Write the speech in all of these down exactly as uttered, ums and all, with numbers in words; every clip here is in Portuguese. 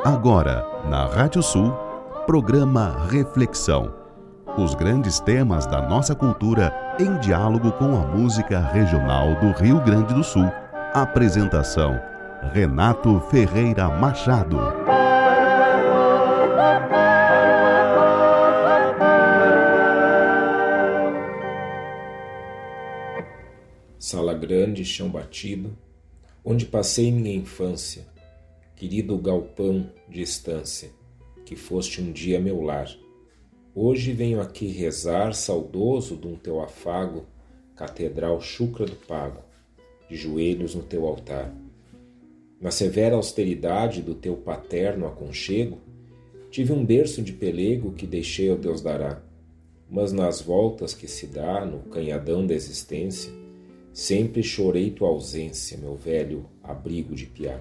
Agora, na Rádio Sul, programa Reflexão. Os grandes temas da nossa cultura em diálogo com a música regional do Rio Grande do Sul. Apresentação: Renato Ferreira Machado. Sala grande, chão batido, onde passei minha infância, querido galpão de estância, que foste um dia meu lar. Hoje venho aqui rezar, saudoso de um teu afago, catedral chucra do pago, de joelhos no teu altar. Na severa austeridade do teu paterno aconchego, tive um berço de pelego que deixei ao Deus dará, mas nas voltas que se dá no canhadão da existência, sempre chorei tua ausência, meu velho abrigo de piá.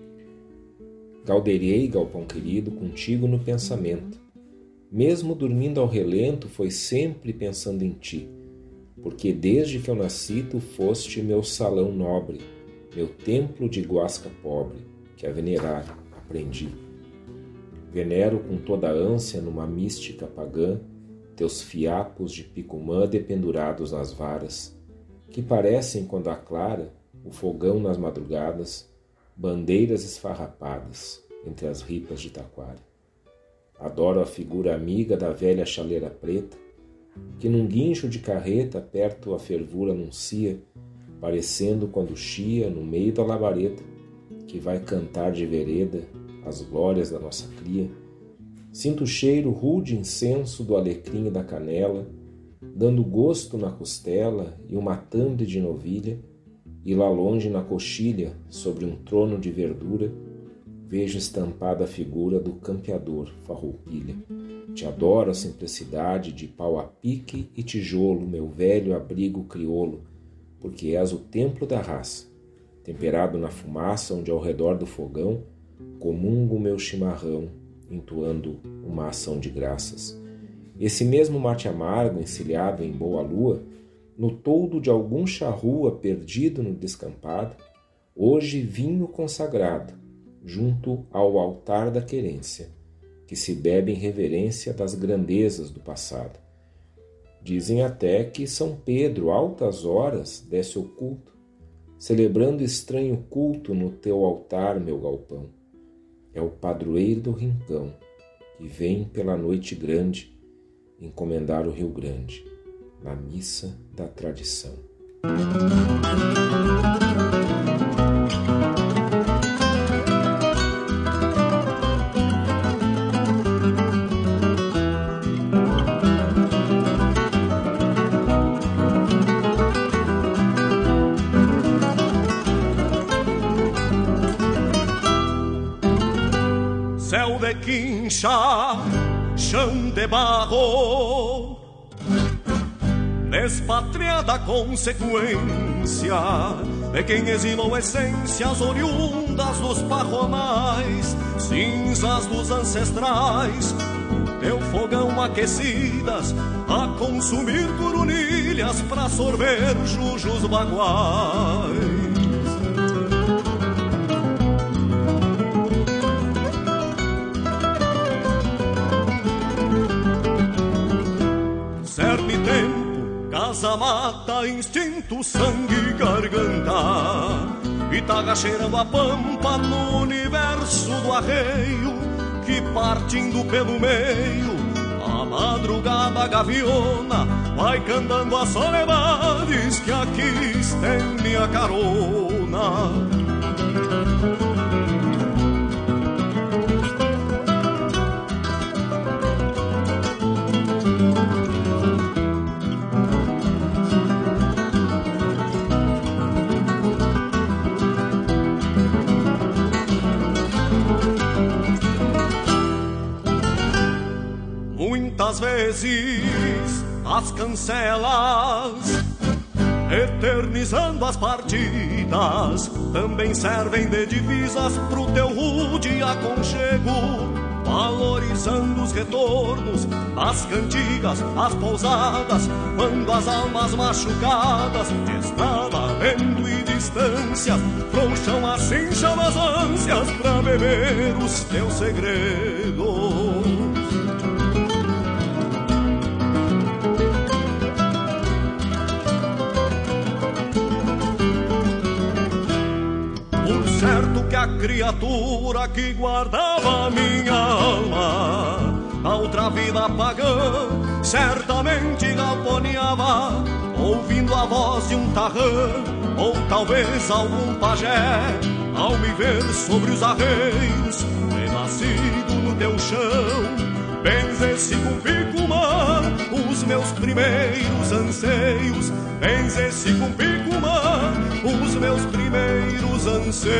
Galdeirei, galpão querido, contigo no pensamento. Mesmo dormindo ao relento, foi sempre pensando em ti, porque desde que eu nasci tu foste meu salão nobre, meu templo de guasca pobre, que a venerar aprendi. Venero com toda a ânsia numa mística pagã teus fiapos de picumã dependurados nas varas, que parecem, quando aclara o fogão nas madrugadas, bandeiras esfarrapadas entre as ripas de taquara. Adoro a figura amiga da velha chaleira preta, que num guincho de carreta perto a fervura anuncia, parecendo quando chia no meio da labareda, que vai cantar de vereda as glórias da nossa cria. Sinto o cheiro rude incenso do alecrim e da canela, dando gosto na costela e uma tambre de novilha, e lá longe na coxilha, sobre um trono de verdura, vejo estampada a figura do campeador farroupilha. Te adoro a simplicidade de pau a pique e tijolo, meu velho abrigo crioulo, porque és o templo da raça, temperado na fumaça onde ao redor do fogão comungo o meu chimarrão, entoando uma ação de graças. Esse mesmo mate amargo, encilhado em boa lua, no toldo de algum charrua perdido no descampado, hoje vinho consagrado, junto ao altar da querência, que se bebe em reverência das grandezas do passado. Dizem até que São Pedro, altas horas, desce o culto, celebrando estranho culto no teu altar, meu galpão. É o padroeiro do rincão, que vem pela noite grande encomendar o Rio Grande, na missa da tradição. Céu de quincha, chão de barro, despatriada consequência de quem exilou essências oriundas dos parronais, cinzas dos ancestrais, teu fogão aquecidas a consumir coronilhas pra sorver jujos baguais. Cerne tempo, casa mata, instinto, sangue, garganta, e tá cheirando a pampa no universo do arreio, que partindo pelo meio, a madrugada gaviona vai cantando as soledades que aqui estende a carona. Muitas vezes as cancelas, eternizando as partidas, também servem de divisas pro teu rude aconchego. valorizando os retornos, as cantigas, as pousadas, quando as almas machucadas, estrada, vento e distâncias, frouxam assim chamam as ânsias pra beber os teus segredos. Certo que a criatura que guardava minha alma na outra vida pagã certamente galponeava, ouvindo a voz de um tarrã ou talvez algum pajé, ao me ver sobre os arreios, renascido no teu chão. Benze-se com Picumã os meus primeiros anseios, benze-se com Picumã os meus primeiros anseios.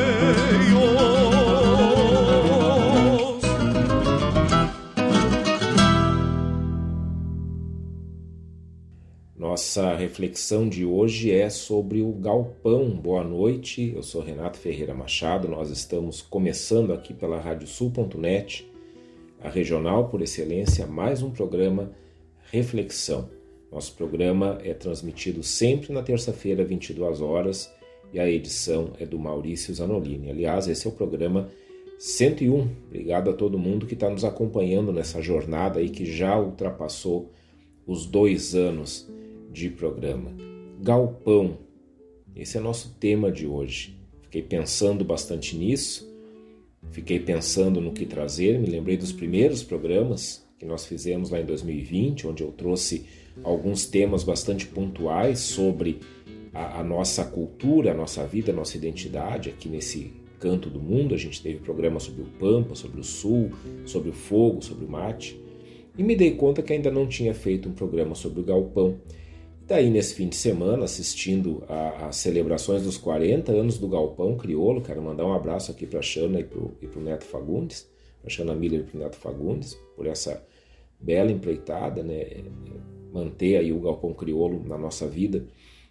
Nossa reflexão de hoje é sobre o galpão. Boa noite, eu sou Renato Ferreira Machado, nós estamos começando aqui pela rádio sul ponto net, a regional por excelência, mais um programa Reflexão. Nosso programa é transmitido sempre na terça-feira, vinte e duas horas, e a edição é do Maurício Zanolini. Aliás, esse é o programa cento e um. Obrigado a todo mundo que está nos acompanhando nessa jornada aí que já ultrapassou os dois anos de programa. Galpão, esse é nosso tema de hoje. Fiquei pensando bastante nisso, fiquei pensando no que trazer, me lembrei dos primeiros programas que nós fizemos lá em dois mil e vinte, onde eu trouxe alguns temas bastante pontuais sobre a, a nossa cultura, a nossa vida, a nossa identidade aqui nesse canto do mundo. A gente teve programas sobre o Pampa, sobre o Sul, sobre o fogo, sobre o mate, e me dei conta que ainda não tinha feito um programa sobre o galpão. Daí, nesse fim de semana, assistindo às celebrações dos quarenta anos do Galpão Crioulo, quero mandar um abraço aqui para a Xana e para o Neto Fagundes, para a Xana Miller e para o Neto Fagundes, por essa bela empreitada, né? Manter aí o Galpão Crioulo na nossa vida.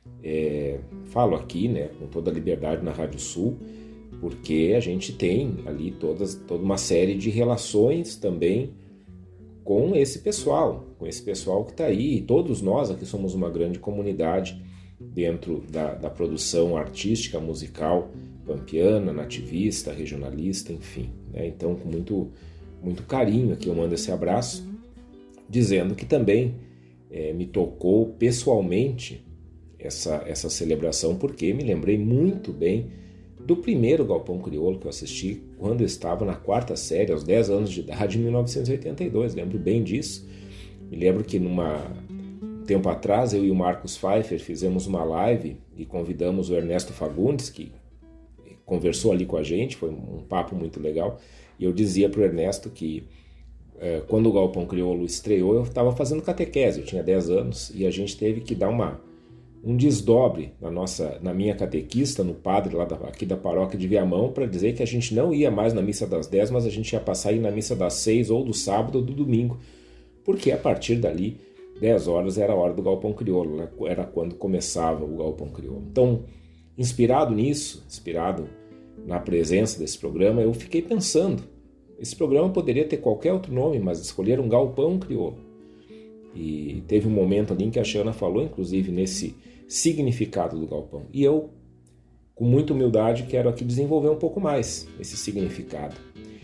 É, falo aqui, né, com toda a liberdade na Rádio Sul, porque a gente tem ali todas, toda uma série de relações também com esse pessoal, com esse pessoal que está aí, e todos nós aqui somos uma grande comunidade dentro da, da produção artística, musical, pampiana, nativista, regionalista, enfim, né? Então, com muito, muito carinho aqui eu mando esse abraço, dizendo que também é, me tocou pessoalmente essa, essa celebração, porque me lembrei muito bem do primeiro Galpão Crioulo que eu assisti quando eu estava na quarta série, aos dez anos de idade, em mil novecentos e oitenta e dois. Lembro bem disso. Me lembro que numa um tempo atrás eu e o Marcos Pfeiffer fizemos uma live e convidamos o Ernesto Fagundes, que conversou ali com a gente, foi um papo muito legal, e eu dizia para o Ernesto que eh, quando o Galpão Crioulo estreou, eu estava fazendo catequese, eu tinha dez anos, e a gente teve que dar uma um desdobre na, nossa, na minha catequista, no padre lá da, aqui da paróquia de Viamão, para dizer que a gente não ia mais na missa das dez, mas a gente ia passar a ir na missa das seis, ou do sábado ou do domingo, porque a partir dali, dez horas era a hora do Galpão Crioulo, né? Era quando começava o Galpão Crioulo. Então, inspirado nisso, inspirado na presença desse programa, eu fiquei pensando, esse programa poderia ter qualquer outro nome, mas escolheram Galpão Crioulo. E teve um momento ali em que a Xana falou, inclusive, nesse significado do galpão. E eu, com muita humildade, quero aqui desenvolver um pouco mais esse significado.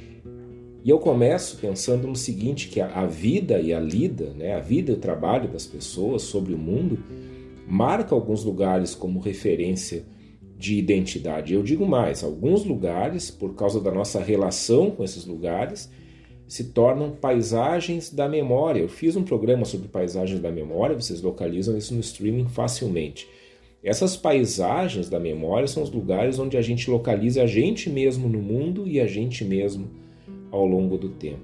E eu começo pensando no seguinte, que a vida e a lida, né, a vida e o trabalho das pessoas sobre o mundo, marca alguns lugares como referência de identidade. Eu digo mais, alguns lugares, por causa da nossa relação com esses lugares, se tornam paisagens da memória. Eu fiz um programa sobre paisagens da memória, vocês localizam isso no streaming facilmente. Essas paisagens da memória são os lugares onde a gente localiza a gente mesmo no mundo e a gente mesmo ao longo do tempo.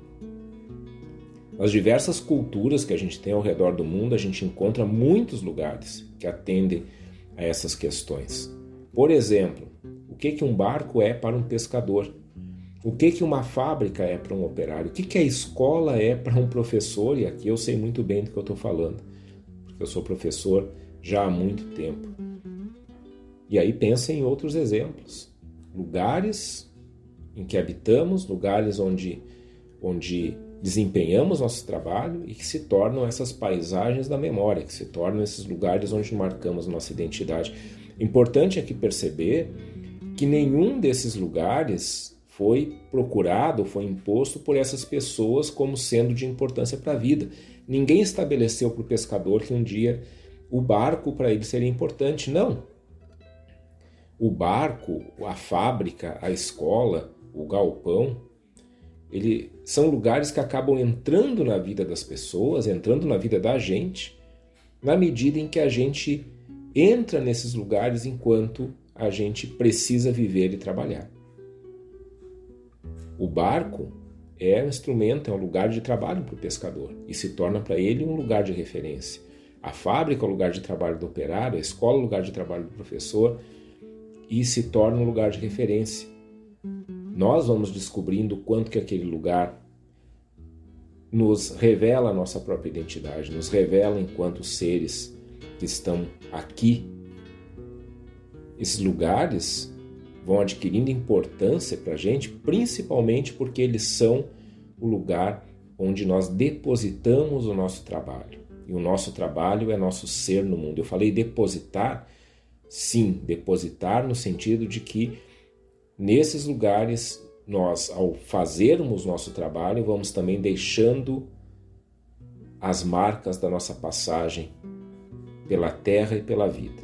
Nas diversas culturas que a gente tem ao redor do mundo, a gente encontra muitos lugares que atendem a essas questões. Por exemplo, o que que um barco é para um pescador? O que que uma fábrica é para um operário? O que que a escola é para um professor? E aqui eu sei muito bem do que eu estou falando, porque eu sou professor já há muito tempo. E aí pensa em outros exemplos. Lugares em que habitamos, lugares onde onde desempenhamos nosso trabalho e que se tornam essas paisagens da memória, que se tornam esses lugares onde marcamos nossa identidade. Importante aqui perceber que nenhum desses lugares foi procurado, foi imposto por essas pessoas como sendo de importância para a vida. Ninguém estabeleceu para o pescador que um dia o barco para ele seria importante. Não. O barco, a fábrica, a escola, o galpão, ele, são lugares que acabam entrando na vida das pessoas, entrando na vida da gente, na medida em que a gente entra nesses lugares enquanto a gente precisa viver e trabalhar. O barco é um instrumento, é um lugar de trabalho para o pescador e se torna para ele um lugar de referência. A fábrica é o lugar de trabalho do operário, a escola é o lugar de trabalho do professor e se torna um lugar de referência. Nós vamos descobrindo o quanto que aquele lugar nos revela a nossa própria identidade, nos revela enquanto seres que estão aqui. Esses lugares vão adquirindo importância para a gente, principalmente porque eles são o lugar onde nós depositamos o nosso trabalho. E o nosso trabalho é nosso ser no mundo. Eu falei depositar, sim, depositar no sentido de que nesses lugares nós, ao fazermos nosso trabalho, vamos também deixando as marcas da nossa passagem pela terra e pela vida.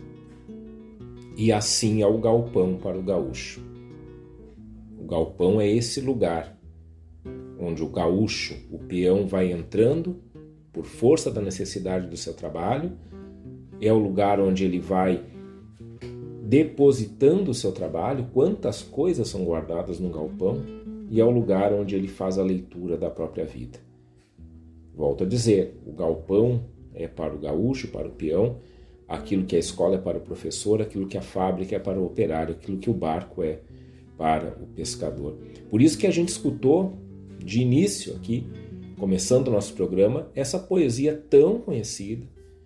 E assim é o galpão para o gaúcho. O galpão é esse lugar onde o gaúcho, o peão, vai entrando por força da necessidade do seu trabalho, é o lugar onde ele vai depositando o seu trabalho, quantas coisas são guardadas no galpão, e é o lugar onde ele faz a leitura da própria vida. Volto a dizer, o galpão é para o gaúcho, para o peão, aquilo que a escola é para o professor, aquilo que a fábrica é para o operário, aquilo que o barco é para o pescador. Por isso que a gente escutou de início aqui, começando o nosso programa, essa poesia tão conhecida,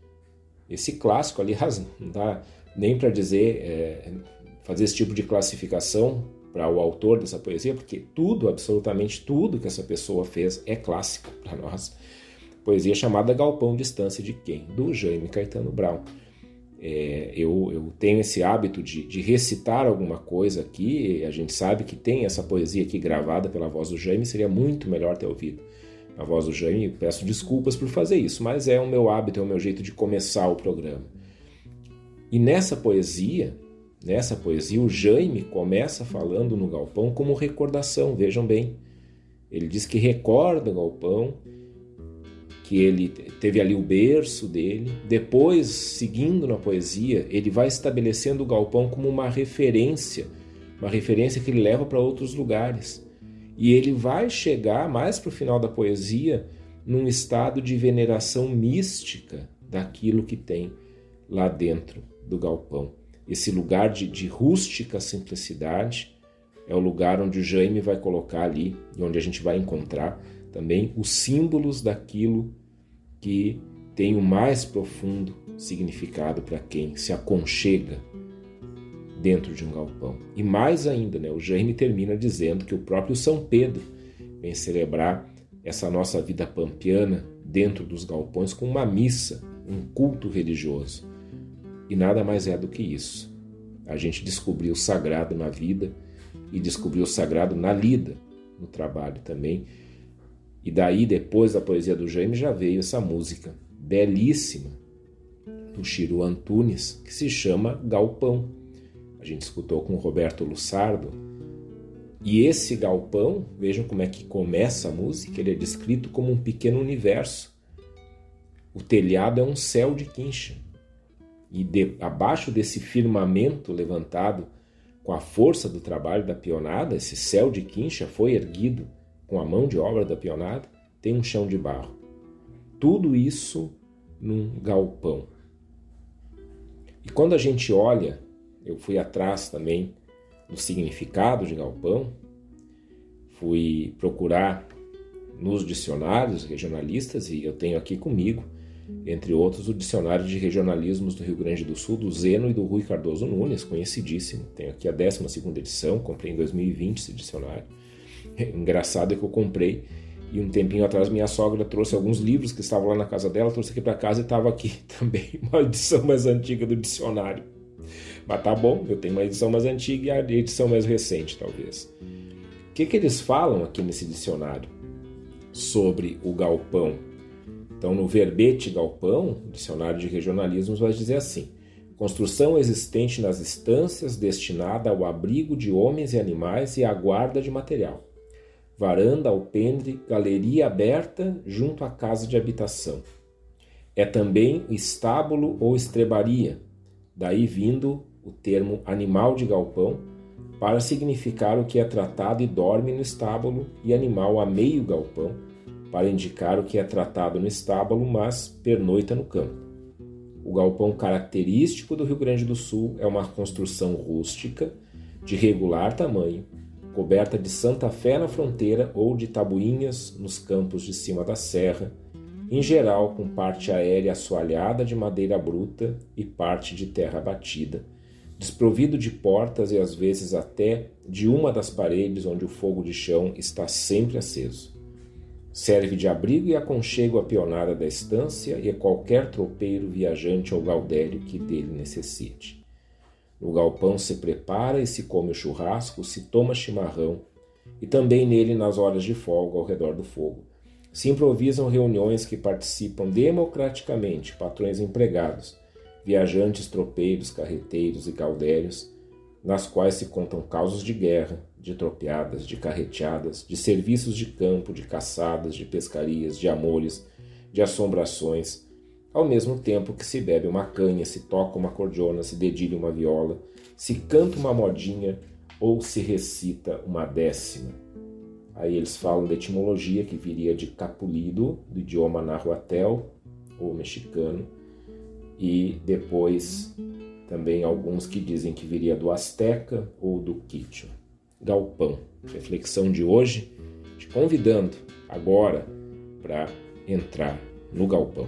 esse clássico, aliás, não dá nem para dizer, é, fazer esse tipo de classificação para o autor dessa poesia, porque tudo, absolutamente tudo que essa pessoa fez é clássico para nós. Poesia chamada Galpão Distância de Quem? Do Jaime Caetano Brown. É, eu, eu tenho esse hábito de, de recitar alguma coisa aqui, a gente sabe que tem essa poesia aqui gravada pela voz do Jaime, seria muito melhor ter ouvido a voz do Jaime, peço desculpas por fazer isso, mas é o meu hábito, é o meu jeito de começar o programa. E nessa poesia, nessa poesia, o Jaime começa falando no galpão como recordação, vejam bem. Ele diz que recorda o galpão, que ele teve ali o berço dele. Depois, seguindo na poesia, ele vai estabelecendo o galpão como uma referência, uma referência que ele leva para outros lugares. E ele vai chegar, mais para o final da poesia, num estado de veneração mística daquilo que tem lá dentro do galpão. Esse lugar de, de rústica simplicidade é o lugar onde o Jaime vai colocar ali, e onde a gente vai encontrar também os símbolos daquilo que tem o mais profundo significado para quem se aconchega dentro de um galpão. E mais ainda, né, o Jaime termina dizendo que o próprio São Pedro vem celebrar essa nossa vida pampiana dentro dos galpões com uma missa, um culto religioso. E nada mais é do que isso. A gente descobriu o sagrado na vida e descobriu o sagrado na lida, no trabalho também. E daí, depois da poesia do Jaime, já veio essa música belíssima do Chiru Antunes, que se chama Galpão. A gente escutou com o Roberto Lussardo. E esse galpão, vejam como é que começa a música, ele é descrito como um pequeno universo. O telhado é um céu de quincha. E de, abaixo desse firmamento levantado com a força do trabalho da peonada, esse céu de quincha foi erguido com a mão de obra da peonada, tem um chão de barro. Tudo isso num galpão. E quando a gente olha, eu fui atrás também do significado de galpão, fui procurar nos dicionários regionalistas, e eu tenho aqui comigo, entre outros, o Dicionário de Regionalismos do Rio Grande do Sul, do Zeno e do Rui Cardoso Nunes, conhecidíssimo. Tenho aqui a décima segunda edição, comprei em dois mil e vinte esse dicionário. Engraçado é que eu comprei E um tempinho atrás minha sogra trouxe alguns livros que estavam lá na casa dela, trouxe aqui para casa e estava aqui também uma edição mais antiga do dicionário. Mas tá bom, eu tenho uma edição mais antiga e a edição mais recente, talvez. O que, que eles falam aqui nesse dicionário sobre o galpão? Então, no verbete galpão, o dicionário de regionalismos vai dizer assim: construção existente nas estâncias destinada ao abrigo de homens e animais e à guarda de material. Varanda, alpendre, galeria aberta junto à casa de habitação. É também estábulo ou estrebaria, daí vindo o termo animal de galpão, para significar o que é tratado e dorme no estábulo, e animal a meio galpão, para indicar o que é tratado no estábulo, mas pernoita no campo. O galpão característico do Rio Grande do Sul é uma construção rústica, de regular tamanho, coberta de Santa Fé na fronteira ou de tabuinhas nos campos de cima da serra, em geral com parte aérea assoalhada de madeira bruta e parte de terra batida, desprovido de portas e às vezes até de uma das paredes onde o fogo de chão está sempre aceso. Serve de abrigo e aconchego à peonada da estância e a qualquer tropeiro, viajante ou gaudério que dele necessite. No galpão se prepara e se come o churrasco, se toma chimarrão, e também nele, nas horas de folga ao redor do fogo, se improvisam reuniões que participam democraticamente patrões empregados, viajantes, tropeiros, carreteiros e gaudérios, nas quais se contam causos de guerra, de tropeadas, de carreteadas, de serviços de campo, de caçadas, de pescarias, de amores, de assombrações, ao mesmo tempo que se bebe uma canha, se toca uma cordiona, se dedilha uma viola, se canta uma modinha ou se recita uma décima. Aí eles falam da etimologia, que viria de capulido, do idioma nahuatel ou mexicano, e depois também alguns que dizem que viria do asteca ou do quichua. Galpão. Reflexão de hoje, te convidando agora para entrar no galpão.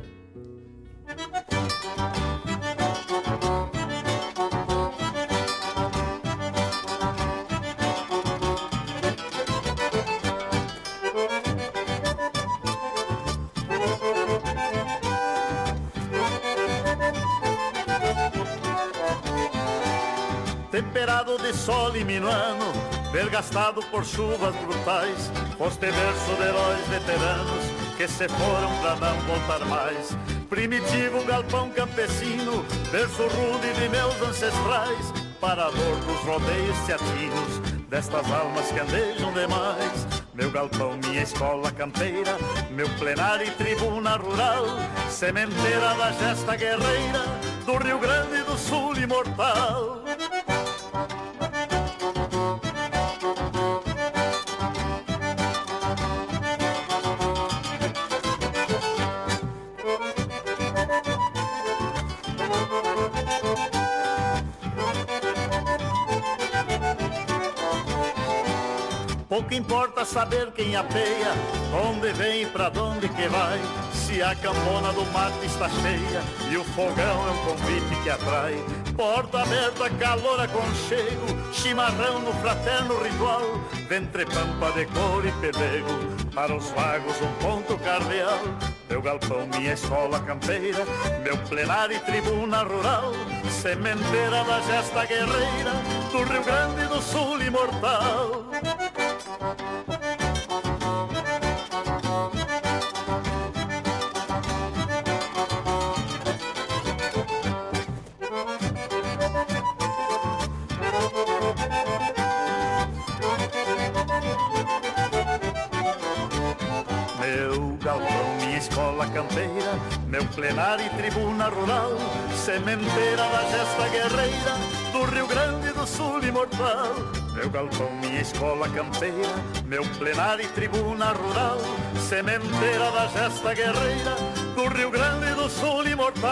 Temperado de sol e minuano, vergastado por chuvas brutais, foste berço de heróis veteranos que se foram pra não voltar mais. Primitivo galpão campesino, berço rude de meus ancestrais, parador dos rodeios teatinos, destas almas que andejam demais. Meu galpão, minha escola campeira, meu plenário e tribuna rural, sementeira da gesta guerreira, do Rio Grande do Sul imortal. Pouco importa saber quem apeia, onde vem e pra onde que vai, se a campona do mate está cheia e o fogão é um convite que atrai. Porta aberta, calor, aconchego, chimarrão no fraterno ritual, ventre pampa de cor e pelego, para os vagos um ponto cardeal. Meu galpão, minha escola campeira, meu plenário e tribuna rural, sementeira da gesta guerreira, do Rio Grande do Sul imortal. Escola campeira, meu plenário e tribuna rural, sementeira da gesta guerreira, do Rio Grande do Sul imortal. Meu galpão, minha escola campeira, meu plenário e tribuna rural, sementeira da gesta guerreira, do Rio Grande do Sul imortal.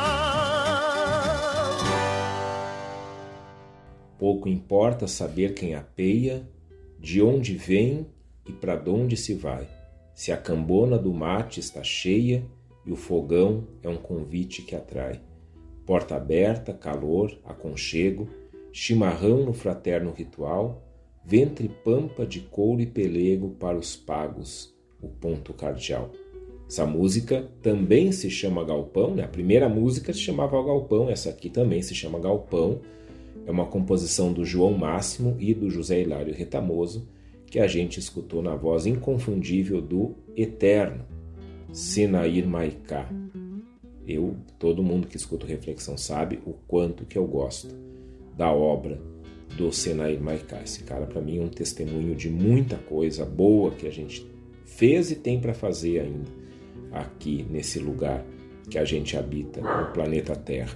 Pouco importa saber quem apeia, de onde vem e para onde se vai, se a cambona do mate está cheia e o fogão é um convite que atrai. Porta aberta, calor, aconchego, chimarrão no fraterno ritual, ventre pampa de couro e pelego para os pagos, o ponto cardeal. Essa música também se chama Galpão, né? A primeira música se chamava Galpão, essa aqui também se chama Galpão. É uma composição do João Máximo e do José Hilário Retamoso, que a gente escutou na voz inconfundível do eterno Senair Maicá. Eu, todo mundo que escuta Reflexão sabe o quanto que eu gosto da obra do Senair Maicá. Esse cara, para mim, é um testemunho de muita coisa boa que a gente fez e tem para fazer ainda aqui nesse lugar que a gente habita, no planeta Terra.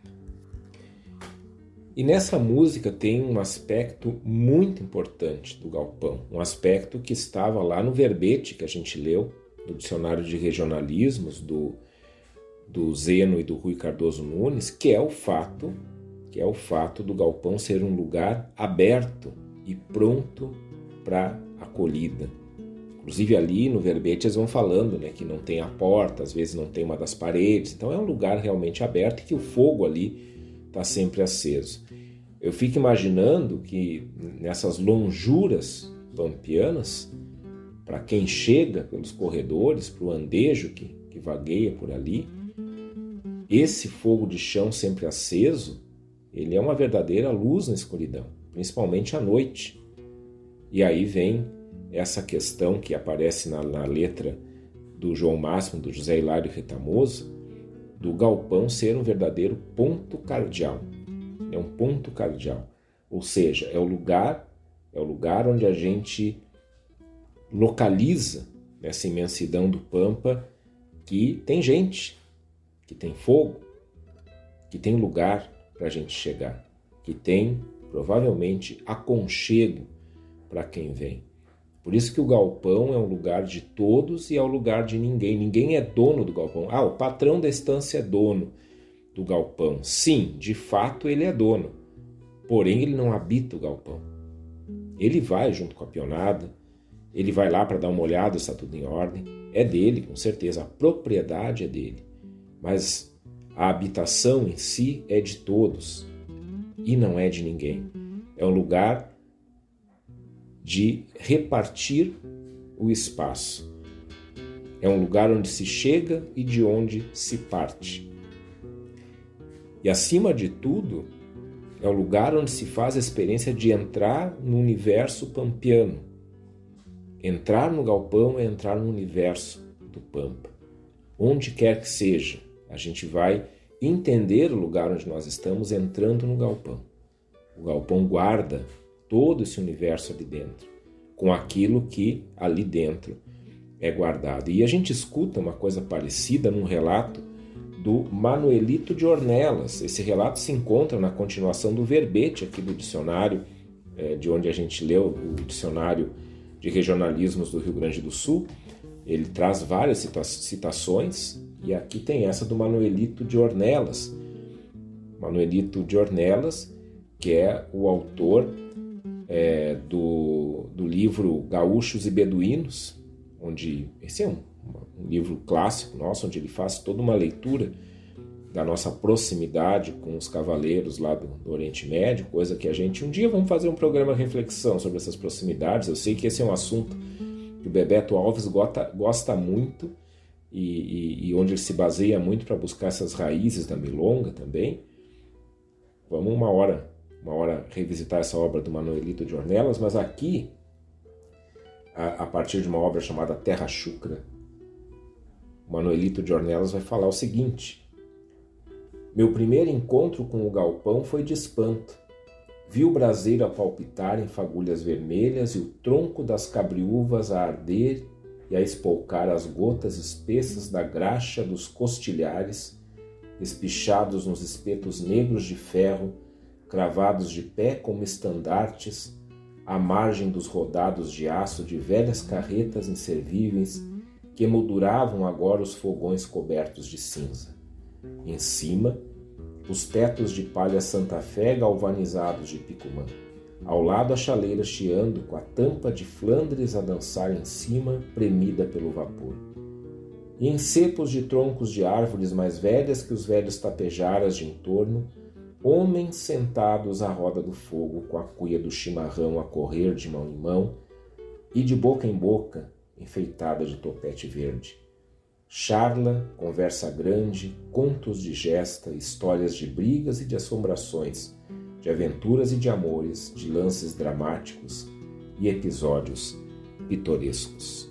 E nessa música tem um aspecto muito importante do galpão, um aspecto que estava lá no verbete que a gente leu, do Dicionário de Regionalismos, do, do Zeno e do Rui Cardoso Nunes, que é o fato, que é o fato do galpão ser um lugar aberto e pronto para acolhida. Inclusive ali no verbete eles vão falando, né, que não tem a porta, às vezes não tem uma das paredes, então é um lugar realmente aberto e que o fogo ali está sempre aceso. Eu fico imaginando que nessas lonjuras pampianas, para quem chega pelos corredores, para o andejo que, que vagueia por ali, esse fogo de chão sempre aceso, ele é uma verdadeira luz na escuridão, principalmente à noite. E aí vem essa questão que aparece na, na letra do João Máximo, do José Hilário Retamoso, do galpão ser um verdadeiro ponto cardeal. É um ponto cardeal. Ou seja, é o lugar, é o lugar onde a gente localiza nessa imensidão do Pampa que tem gente, que tem fogo, que tem lugar para a gente chegar, que tem, provavelmente, aconchego para quem vem. Por isso que o galpão é um lugar de todos e é o lugar de ninguém. Ninguém é dono do galpão. Ah, o patrão da estância é dono do galpão. Sim, de fato ele é dono. Porém, ele não habita o galpão. Ele vai junto com a peonada, ele vai lá para dar uma olhada se está tudo em ordem. É dele, com certeza. A propriedade é dele. Mas a habitação em si é de todos e não é de ninguém. É um lugar de repartir o espaço. É um lugar onde se chega e de onde se parte. E, acima de tudo, é o lugar onde se faz a experiência de entrar no universo pampiano. Entrar no galpão é entrar no universo do Pampa. Onde quer que seja, a gente vai entender o lugar onde nós estamos entrando no galpão. O galpão guarda todo esse universo ali dentro, com aquilo que ali dentro é guardado. E a gente escuta uma coisa parecida num relato do Manuelito de Ornelas. Esse relato se encontra na continuação do verbete aqui do dicionário, é, de onde a gente leu o dicionário de regionalismos do Rio Grande do Sul. Ele traz várias cita- citações, e aqui tem essa do Manuelito de Ornelas. Manuelito de Ornelas, que é o autor É, do, do livro Gaúchos e Beduínos, onde esse é um, um livro clássico nosso, onde ele faz toda uma leitura da nossa proximidade com os cavaleiros lá do, do Oriente Médio, coisa que a gente, um dia vamos fazer um programa de reflexão sobre essas proximidades. Eu sei que esse é um assunto que o Bebeto Alves gosta, gosta muito e, e, e onde ele se baseia muito para buscar essas raízes da milonga também. Vamos uma hora uma hora revisitar essa obra do Manuelito de Ornelas, mas aqui, a, a partir de uma obra chamada Terra Chucra, o Manuelito de Ornelas vai falar o seguinte: meu primeiro encontro com o galpão foi de espanto. Vi o braseiro a palpitar em fagulhas vermelhas e o tronco das cabriúvas a arder e a espolcar as gotas espessas da graxa dos costilhares, espichados nos espetos negros de ferro, cravados de pé como estandartes, à margem dos rodados de aço de velhas carretas inservíveis que emolduravam agora os fogões cobertos de cinza. Em cima, os tetos de palha Santa Fé galvanizados de Picumã. Ao lado a chaleira chiando com a tampa de Flandres a dançar em cima, premida pelo vapor. E em cepos de troncos de árvores mais velhas que os velhos tapejaras de entorno, homens sentados à roda do fogo com a cuia do chimarrão a correr de mão em mão, e de boca em boca, enfeitada de topete verde. Charla, conversa grande, contos de gesta, histórias de brigas e de assombrações, de aventuras e de amores, de lances dramáticos e episódios pitorescos.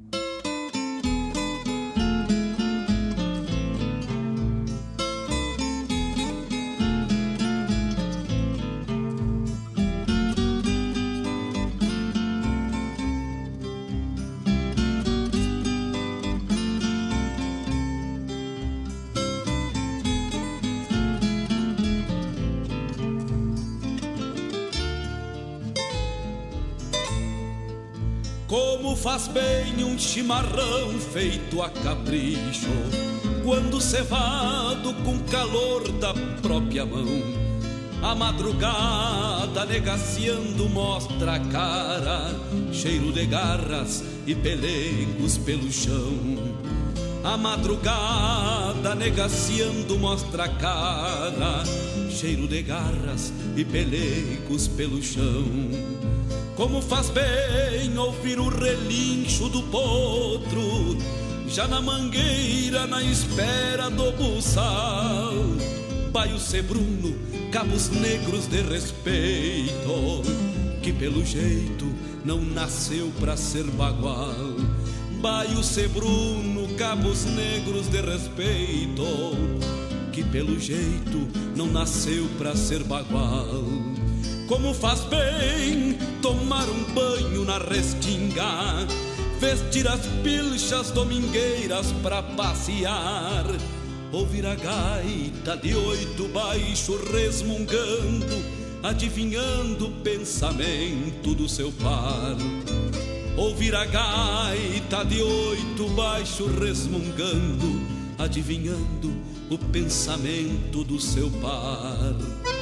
Como faz bem um chimarrão feito a capricho, quando cevado com calor da própria mão. A madrugada negaciando mostra a cara, cheiro de garras e pelegos pelo chão. A madrugada negaciando mostra a cara, cheiro de garras e pelegos pelo chão. Como faz bem ouvir o relincho do potro, já na mangueira, na espera do buçal. Baio sebruno, cabos negros de respeito, que pelo jeito não nasceu pra ser bagual. Baio sebruno, cabos negros de respeito, que pelo jeito não nasceu pra ser bagual. Como faz bem tomar um banho na restinga, vestir as pilchas domingueiras pra passear, ouvir a gaita de oito baixo resmungando, adivinhando o pensamento do seu par. Ouvir a gaita de oito baixo resmungando, adivinhando o pensamento do seu par.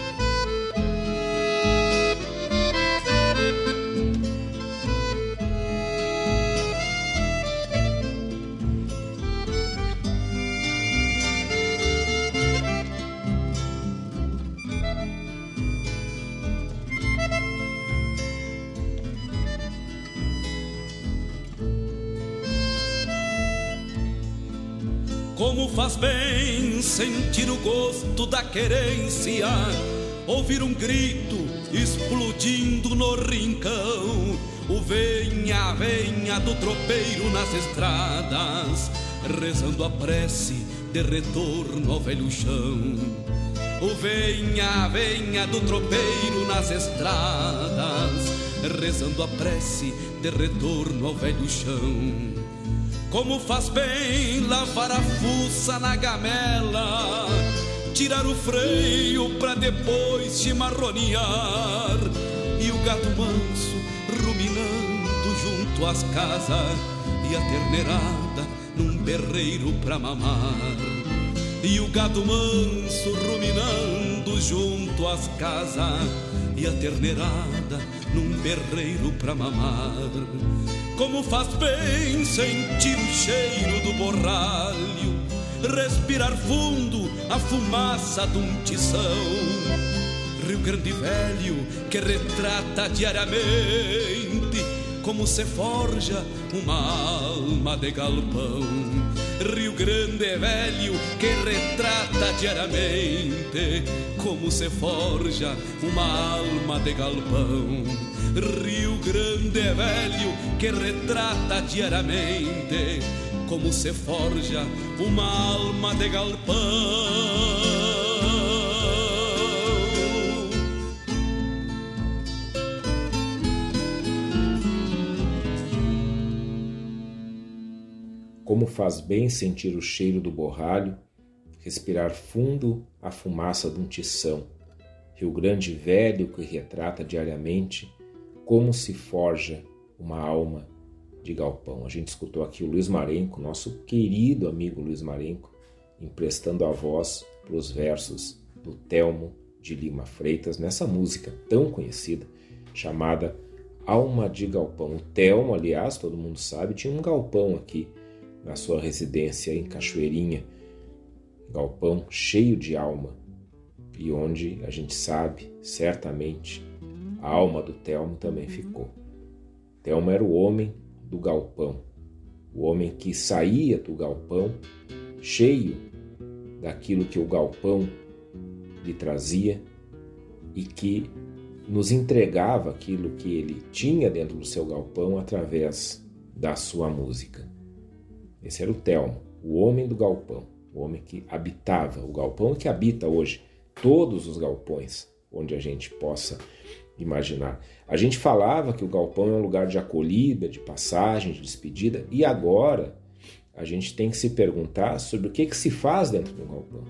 Como faz bem sentir o gosto da querência, ouvir um grito explodindo no rincão, o venha, venha do tropeiro nas estradas, rezando a prece de retorno ao velho chão. O venha, venha do tropeiro nas estradas, rezando a prece de retorno ao velho chão. Como faz bem lavar a fuça na gamela, tirar o freio pra depois chimarronear, e o gato manso ruminando junto às casas, e a terneirada num berreiro pra mamar. E o gado manso ruminando junto às casas, e a terneirada num berreiro pra mamar. Como faz bem sentir o cheiro do borralho, respirar fundo a fumaça de um tição. Rio Grande Velho que retrata diariamente como se forja uma alma de galpão. Rio Grande Velho que retrata diariamente como se forja uma alma de galpão. Rio Grande Velho que retrata diariamente como se forja uma alma de galpão. Como faz bem sentir o cheiro do borralho, respirar fundo a fumaça de um tição. Rio Grande Velho que retrata diariamente como se forja uma alma de galpão. A gente escutou aqui o Luiz Marenco, nosso querido amigo Luiz Marenco, emprestando a voz para os versos do Telmo de Lima Freitas, nessa música tão conhecida, chamada Alma de Galpão. O Telmo, aliás, todo mundo sabe, tinha um galpão aqui na sua residência em Cachoeirinha, galpão cheio de alma, e onde a gente sabe, certamente, a alma do Telmo também ficou. Telmo era o homem do galpão, o homem que saía do galpão cheio daquilo que o galpão lhe trazia e que nos entregava aquilo que ele tinha dentro do seu galpão através da sua música. Esse era o Telmo, o homem do galpão, o homem que habitava o galpão e que habita hoje todos os galpões onde a gente possa imaginar. A gente falava que o galpão é um lugar de acolhida, de passagem, de despedida, e agora a gente tem que se perguntar sobre o que, que se faz dentro do galpão.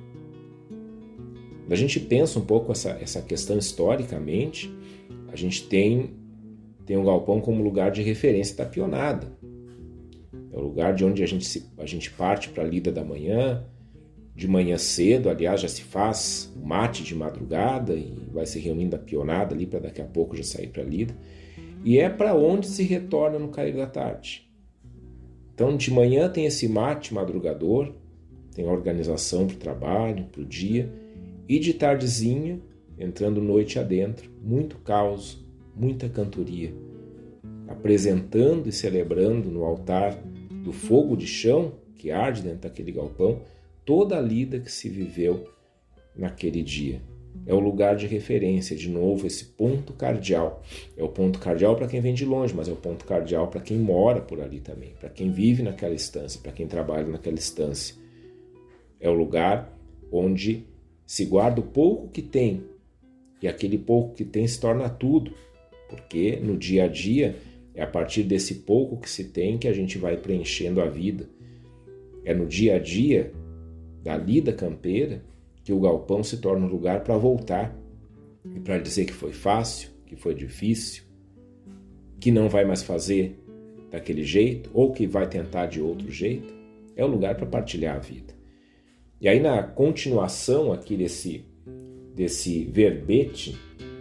A gente pensa um pouco essa, essa questão historicamente, a gente tem, tem um galpão como lugar de referência da pionada. É o lugar de onde a gente, se, a gente parte para a lida da manhã, de manhã cedo, aliás, já se faz o mate de madrugada e vai se reunindo a pionada ali para daqui a pouco já sair para a lida. E é para onde se retorna no cair da tarde. Então, de manhã tem esse mate madrugador, tem a organização para o trabalho, para o dia, e de tardezinha, entrando noite adentro, muito caos, muita cantoria, apresentando e celebrando no altar do fogo de chão que arde dentro daquele galpão, toda a lida que se viveu naquele dia. É o lugar de referência, de novo, esse ponto cardeal. É o ponto cardeal para quem vem de longe, mas é o ponto cardeal para quem mora por ali também, para quem vive naquela estância, para quem trabalha naquela estância. É o lugar onde se guarda o pouco que tem, e aquele pouco que tem se torna tudo, porque no dia a dia é a partir desse pouco que se tem que a gente vai preenchendo a vida. É no dia a dia da lida campeira que o galpão se torna um lugar para voltar e para dizer que foi fácil, que foi difícil, que não vai mais fazer daquele jeito ou que vai tentar de outro jeito. É o lugar para partilhar a vida. E aí, na continuação aqui desse, desse verbete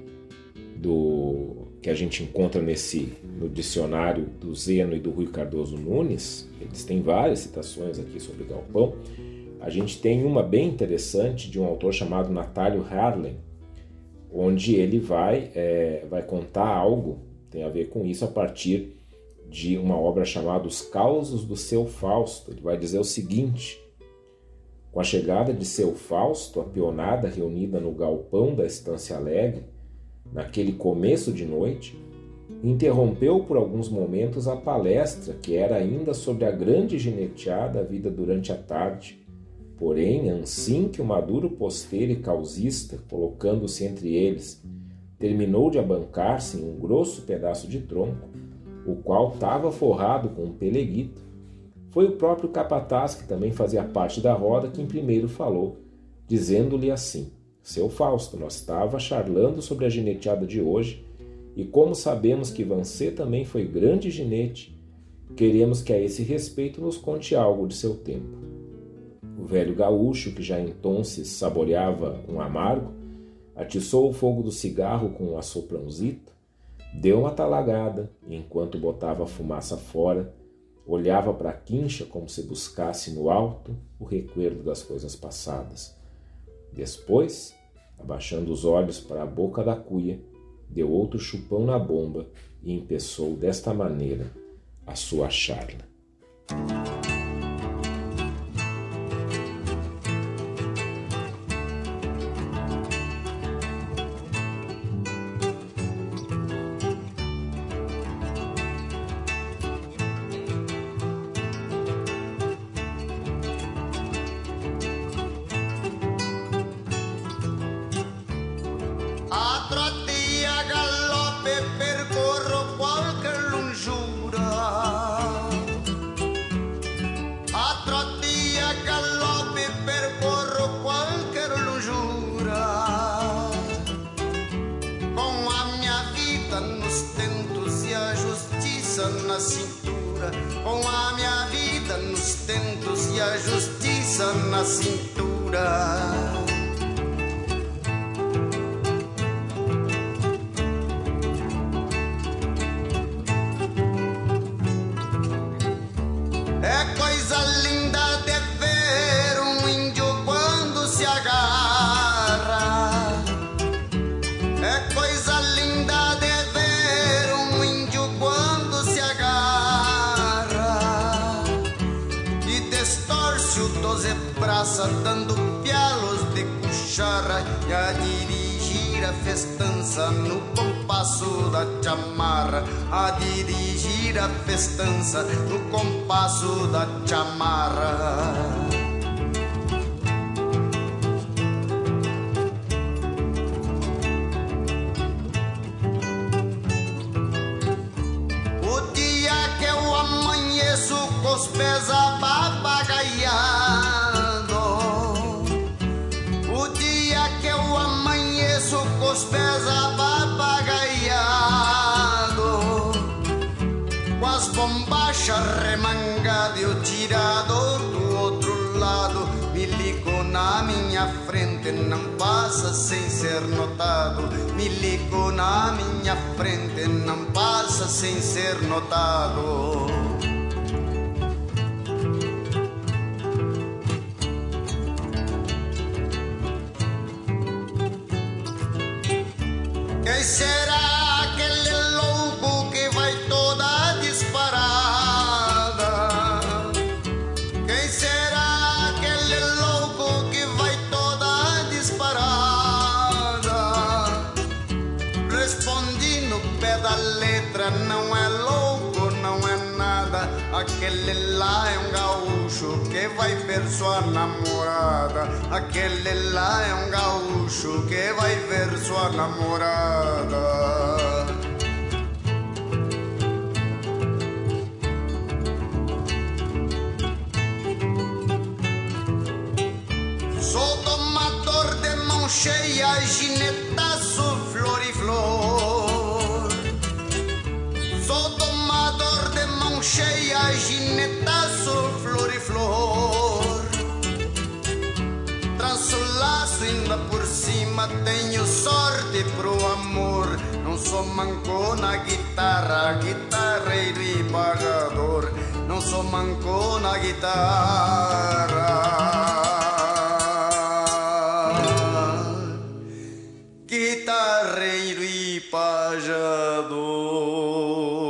do, que a gente encontra nesse, no dicionário do Zeno e do Rui Cardoso Nunes, eles têm várias citações aqui sobre galpão. A gente tem uma bem interessante de um autor chamado Natálio Harlem, onde ele vai, é, vai contar algo, tem a ver com isso, a partir de uma obra chamada Os Causos do Seu Fausto. Ele vai dizer o seguinte: com a chegada de seu Fausto, a peonada reunida no galpão da Estância Alegre, naquele começo de noite, interrompeu por alguns momentos a palestra que era ainda sobre a grande gineteada vida durante a tarde. Porém, assim que o maduro posteiro e causista, colocando-se entre eles, terminou de abancar-se em um grosso pedaço de tronco, o qual estava forrado com um peleguito, foi o próprio capataz, que também fazia parte da roda, quem primeiro falou, dizendo-lhe assim: seu Fausto, nós estava charlando sobre a gineteada de hoje, e como sabemos que Vancê também foi grande ginete, queremos que a esse respeito nos conte algo de seu tempo. O velho gaúcho, que já então se saboreava um amargo, atiçou o fogo do cigarro com um assoprãozito, deu uma talagada, e enquanto botava a fumaça fora, olhava para a quincha como se buscasse no alto o recuerdo das coisas passadas. Depois, abaixando os olhos para a boca da cuia, deu outro chupão na bomba e empeçou desta maneira a sua charla. dando pialos de cuchara e a dirigir a festança no compasso da chamarra, a dirigir a festança no compasso da chamarra. Com os pés apapagaiados, o dia que eu amanheço com os pés apapagaiados, com as bombachas remangadas e o tirador do outro lado, milico na minha frente, não passa sem ser notado. Milico na minha frente, não passa sem ser notado. Quem será aquele louco que vai toda disparada? Quem será aquele louco que vai toda disparada? Respondi no pé da letra, não é louco, não é nada. Aquele lá é um gaúcho que vai ver sua namorada. Aquele lá é um gaúcho que vai ver sua namorada. Sou domador de mão cheia, ginetaço, flor e flor. Sou domador de mão cheia, ginetaço, flor e flor. Tranço laço ainda por cima, tenho sorte pro amor. Não sou manco na guitarra, guitarreiro e pagador. Não sou manco na guitarra, guitarreiro e pajador.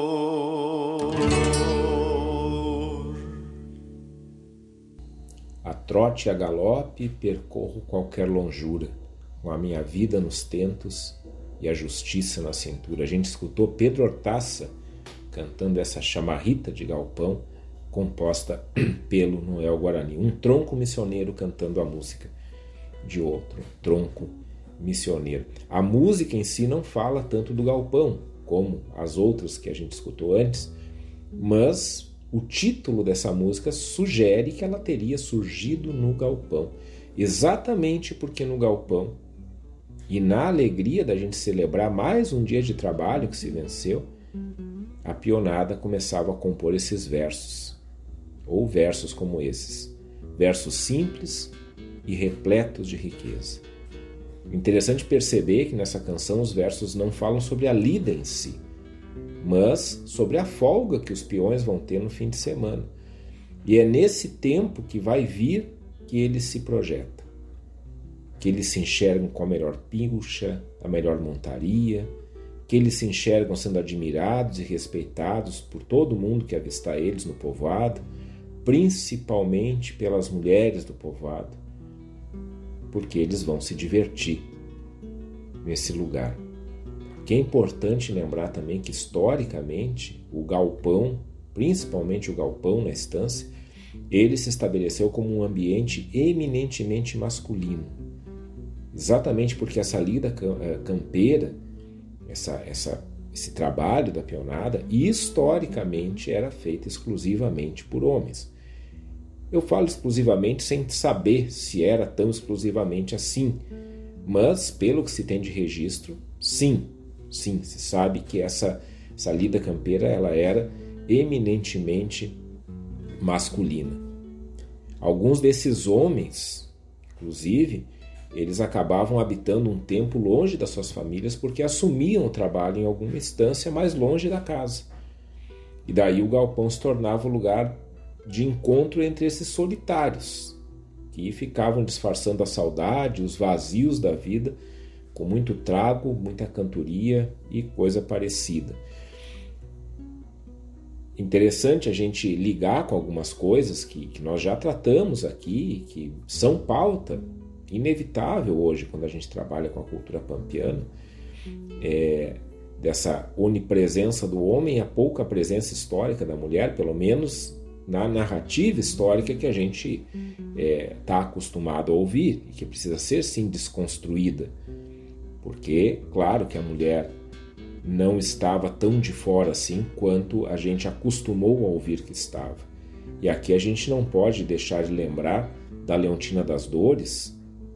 A trote e a galope percorro qualquer longura, com a minha vida nos tentos e a justiça na cintura. A gente escutou Pedro Hortaça cantando essa chamarrita de galpão composta pelo Noel Guarani, um tronco missioneiro cantando a música de outro tronco missioneiro. A música em si não fala tanto do galpão como as outras que a gente escutou antes, mas o título dessa música sugere que ela teria surgido no galpão, exatamente porque no galpão e na alegria da gente celebrar mais um dia de trabalho que se venceu, a pionada começava a compor esses versos, ou versos como esses, versos simples e repletos de riqueza. Interessante perceber que nessa canção os versos não falam sobre a lida em si, mas sobre a folga que os peões vão ter no fim de semana. E é nesse tempo que vai vir que eles se projetam, que eles se enxergam com a melhor pilcha, a melhor montaria, que eles se enxergam sendo admirados e respeitados por todo mundo que avistar eles no povoado, principalmente pelas mulheres do povoado, porque eles vão se divertir nesse lugar. Que é importante lembrar também que, historicamente, o galpão, principalmente o galpão na estância, ele se estabeleceu como um ambiente eminentemente masculino. Exatamente porque essa lida campeira, essa, essa, esse trabalho da peonada, historicamente era feito exclusivamente por homens. Eu falo exclusivamente sem saber se era tão exclusivamente assim, mas pelo que se tem de registro, sim, sim, se sabe que essa, essa lida campeira ela era eminentemente masculina. Alguns desses homens, inclusive, eles acabavam habitando um tempo longe das suas famílias porque assumiam o trabalho em alguma instância mais longe da casa. E daí o galpão se tornava o lugar de encontro entre esses solitários, que ficavam disfarçando a saudade, os vazios da vida, com muito trago, muita cantoria e coisa parecida. interessante a gente ligar com algumas coisas que, que nós já tratamos aqui, que são pauta inevitável hoje quando a gente trabalha com a cultura pampiana, é, dessa onipresença do homem e a pouca presença histórica da mulher, pelo menos na narrativa histórica que a gente está é, acostumado a ouvir e que precisa ser sim desconstruída, porque claro que a mulher não estava tão de fora assim quanto a gente acostumou a ouvir que estava. E aqui a gente não pode deixar de lembrar da Leontina das Dores,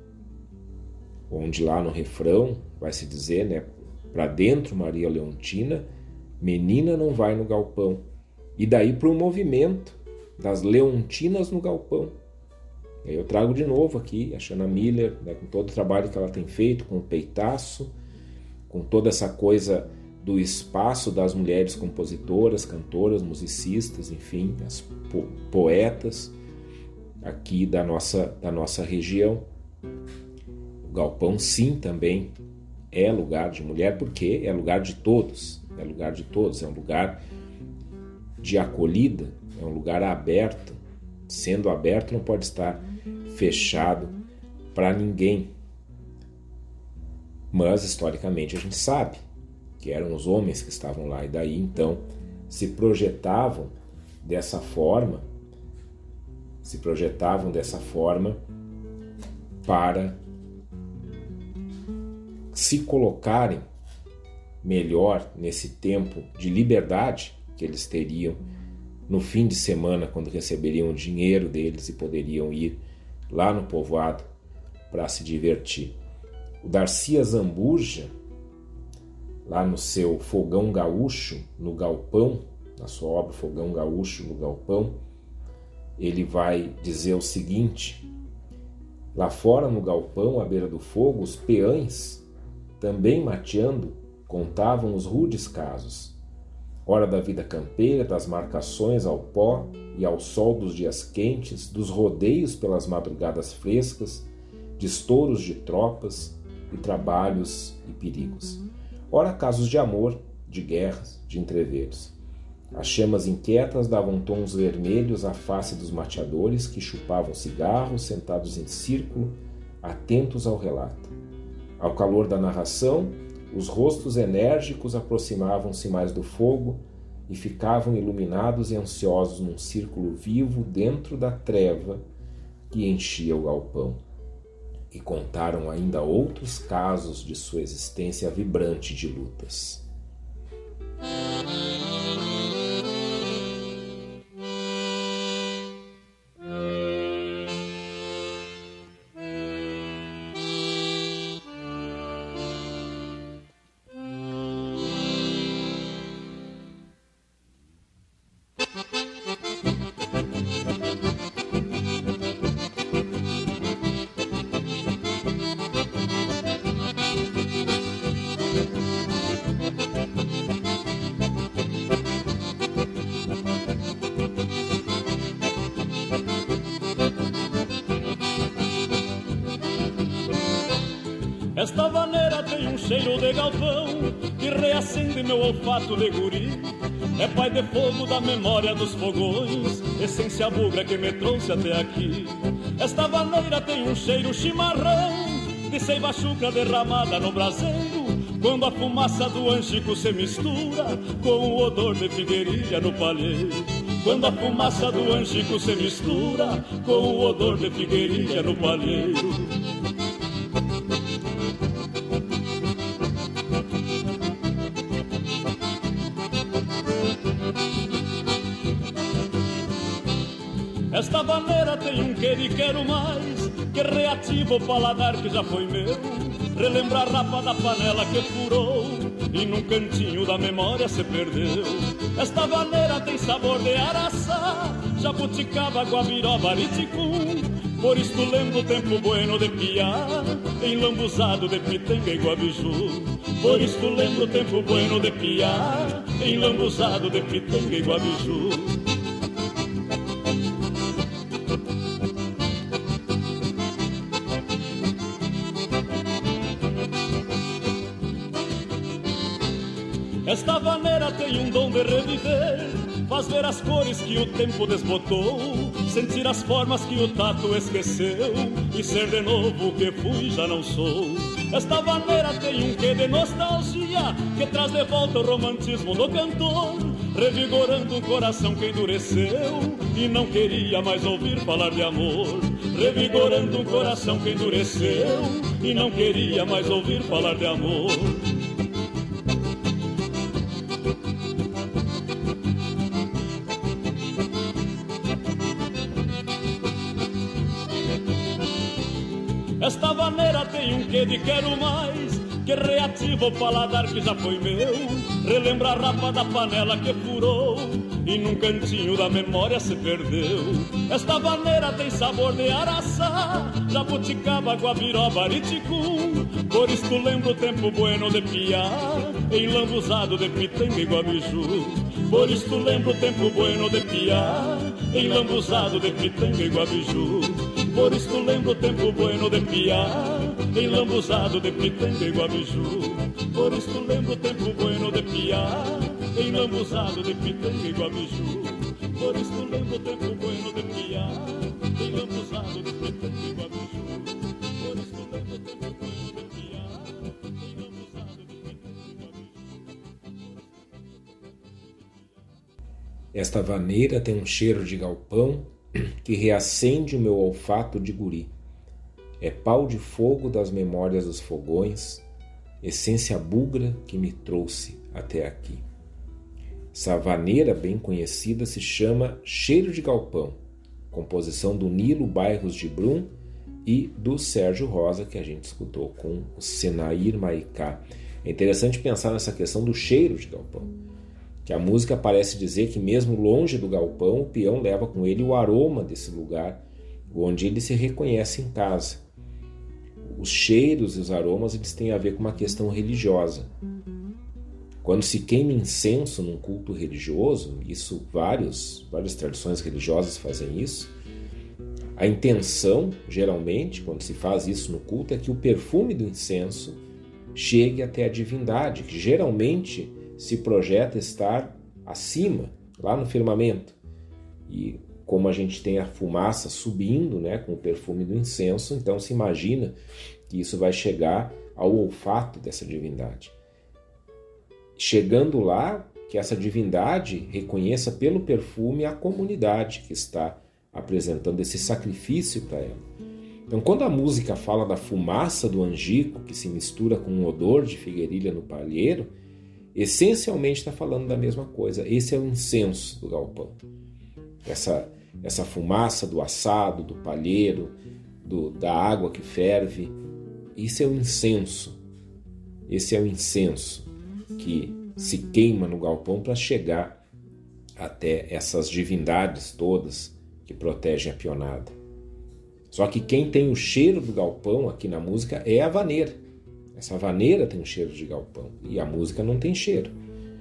onde lá no refrão vai se dizer, né, para dentro Maria Leontina, menina não vai no galpão. E daí para o movimento das Leontinas no galpão. E aí eu trago de novo aqui a Xana Miller, né, com todo o trabalho que ela tem feito, com o peitaço, com toda essa coisa do espaço das mulheres compositoras, cantoras, musicistas, enfim, as po- poetas aqui da nossa, da nossa região. O galpão, sim, também é lugar de mulher, porque é lugar de todos, é lugar de todos, é um lugar de acolhida, é um lugar aberto. Sendo aberto, não pode estar fechado para ninguém. Mas, historicamente, a gente sabe que eram os homens que estavam lá, e daí, então, se projetavam dessa forma, se projetavam dessa forma para se colocarem melhor nesse tempo de liberdade que eles teriam no fim de semana, quando receberiam o dinheiro deles e poderiam ir lá no povoado para se divertir. O Darcy Azambuja, lá no seu Fogão Gaúcho, no Galpão, na sua obra Fogão Gaúcho no Galpão, ele vai dizer o seguinte: lá fora no galpão, à beira do fogo, os peães, também mateando, contavam os rudes casos. Hora da vida campeira, das marcações ao pó e ao sol dos dias quentes, dos rodeios pelas madrugadas frescas, de estouros de tropas e trabalhos e perigos. Ora casos de amor, de guerras, de entreveros. As chamas inquietas davam tons vermelhos à face dos mateadores que chupavam cigarros sentados em círculo, atentos ao relato. Ao calor da narração, os rostos enérgicos aproximavam-se mais do fogo e ficavam iluminados e ansiosos num círculo vivo dentro da treva que enchia o galpão. E contaram ainda outros casos de sua existência vibrante de lutas. Esta vaneira tem um cheiro de galpão que reacende meu olfato de guri. É pai de fogo da memória dos fogões, essência bugra que me trouxe até aqui. Esta vaneira tem um cheiro chimarrão de seiva chucra derramada no braseiro, quando a fumaça do angico se mistura com o odor de figueirilha no palheiro. Quando a fumaça do angico se mistura com o odor de figueirilha no palheiro. Esta vaneira tem um querer e quero mais, que reativa o paladar que já foi meu. Relembra a rapa da panela que furou e num cantinho da memória se perdeu. Esta vaneira tem sabor de araçá, jabuticaba, guabiroba, ariticum. Por isto lembro o tempo bueno de piá, enlambuzado de pitanga e guabiju. Por isto lembro o tempo bueno de piá, enlambuzado de pitanga e guabiju. Esta vaneira tem um dom de reviver, faz ver as cores que o tempo desbotou, sentir as formas que o tato esqueceu e ser de novo o que fui já não sou. Esta maneira tem um quê de nostalgia que traz de volta o romantismo do cantor, revigorando um coração que endureceu e não queria mais ouvir falar de amor. Revigorando um coração que endureceu e não queria mais ouvir falar de amor. Esta vaneira tem um quê de quero mais, que reativa o paladar que já foi meu, relembra a rapa da panela que furou e num cantinho da memória se perdeu. Esta vaneira tem sabor de araçá, jabuticaba, guabiroba, ariticum, por isto lembra o tempo bueno de piá, enlambuzado de pitanga e guabiju. Por isto lembra o tempo bueno de piá, enlambuzado de pitanga e guabiju. Por isto lembro o tempo bueno de piá, enlambuzado de pitanga e guabiju. Por isto lembro o tempo bueno de piá, enlambuzado de pitanga e guabiju. Por isto lembro o tempo bueno de piá, enlambuzado de pitanga e guabiju. Por isto lembro o tempo bueno de piá, enlambuzado de pitanga e guabiju. Esta vaneira tem um cheiro de galpão que reacende o meu olfato de guri. É pau de fogo das memórias dos fogões, essência bugra que me trouxe até aqui. Essa vaneira bem conhecida se chama Cheiro de Galpão, composição do Nilo Bairros de Brum e do Sérgio Rosa, que a gente escutou com o Senair Maicá. É interessante pensar nessa questão do cheiro de galpão, que a música parece dizer que mesmo longe do galpão, o peão leva com ele o aroma desse lugar, onde ele se reconhece em casa. Os cheiros e os aromas eles têm a ver com uma questão religiosa. Quando se queima incenso num culto religioso, isso vários, várias tradições religiosas fazem isso, a intenção, geralmente, quando se faz isso no culto, é que o perfume do incenso chegue até a divindade, que geralmente se projeta estar acima, lá no firmamento. E como a gente tem a fumaça subindo, né, com o perfume do incenso, então se imagina que isso vai chegar ao olfato dessa divindade. Chegando lá, que essa divindade reconheça pelo perfume a comunidade que está apresentando esse sacrifício para ela. Então, quando a música fala da fumaça do angico que se mistura com um odor de figueirilha no palheiro, essencialmente está falando da mesma coisa. Esse é o incenso do galpão. Essa, essa fumaça do assado, do palheiro, do, da água que ferve, isso é o incenso. Esse é o incenso que se queima no galpão para chegar até essas divindades todas que protegem a pionada. Só que quem tem o cheiro do galpão aqui na música é a vaneira. Essa vaneira tem um cheiro de galpão e a música não tem cheiro.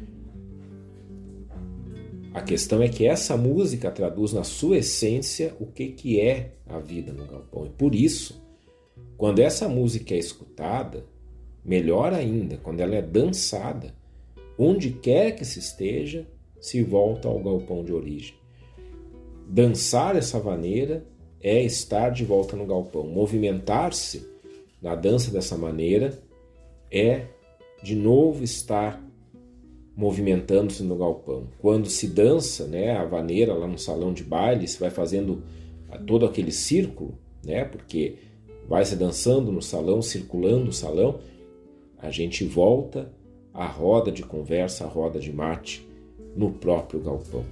A questão é que essa música traduz na sua essência o que, que é a vida no galpão. E por isso, quando essa música é escutada, melhor ainda, quando ela é dançada, onde quer que se esteja, se volta ao galpão de origem. Dançar essa vaneira é estar de volta no galpão. Movimentar-se na dança dessa maneira é, de novo, estar movimentando-se no galpão. Quando se dança, né, a vaneira lá no salão de baile, se vai fazendo todo aquele círculo, né, porque vai se dançando no salão, circulando o salão, a gente volta à roda de conversa, à roda de mate, no próprio galpão.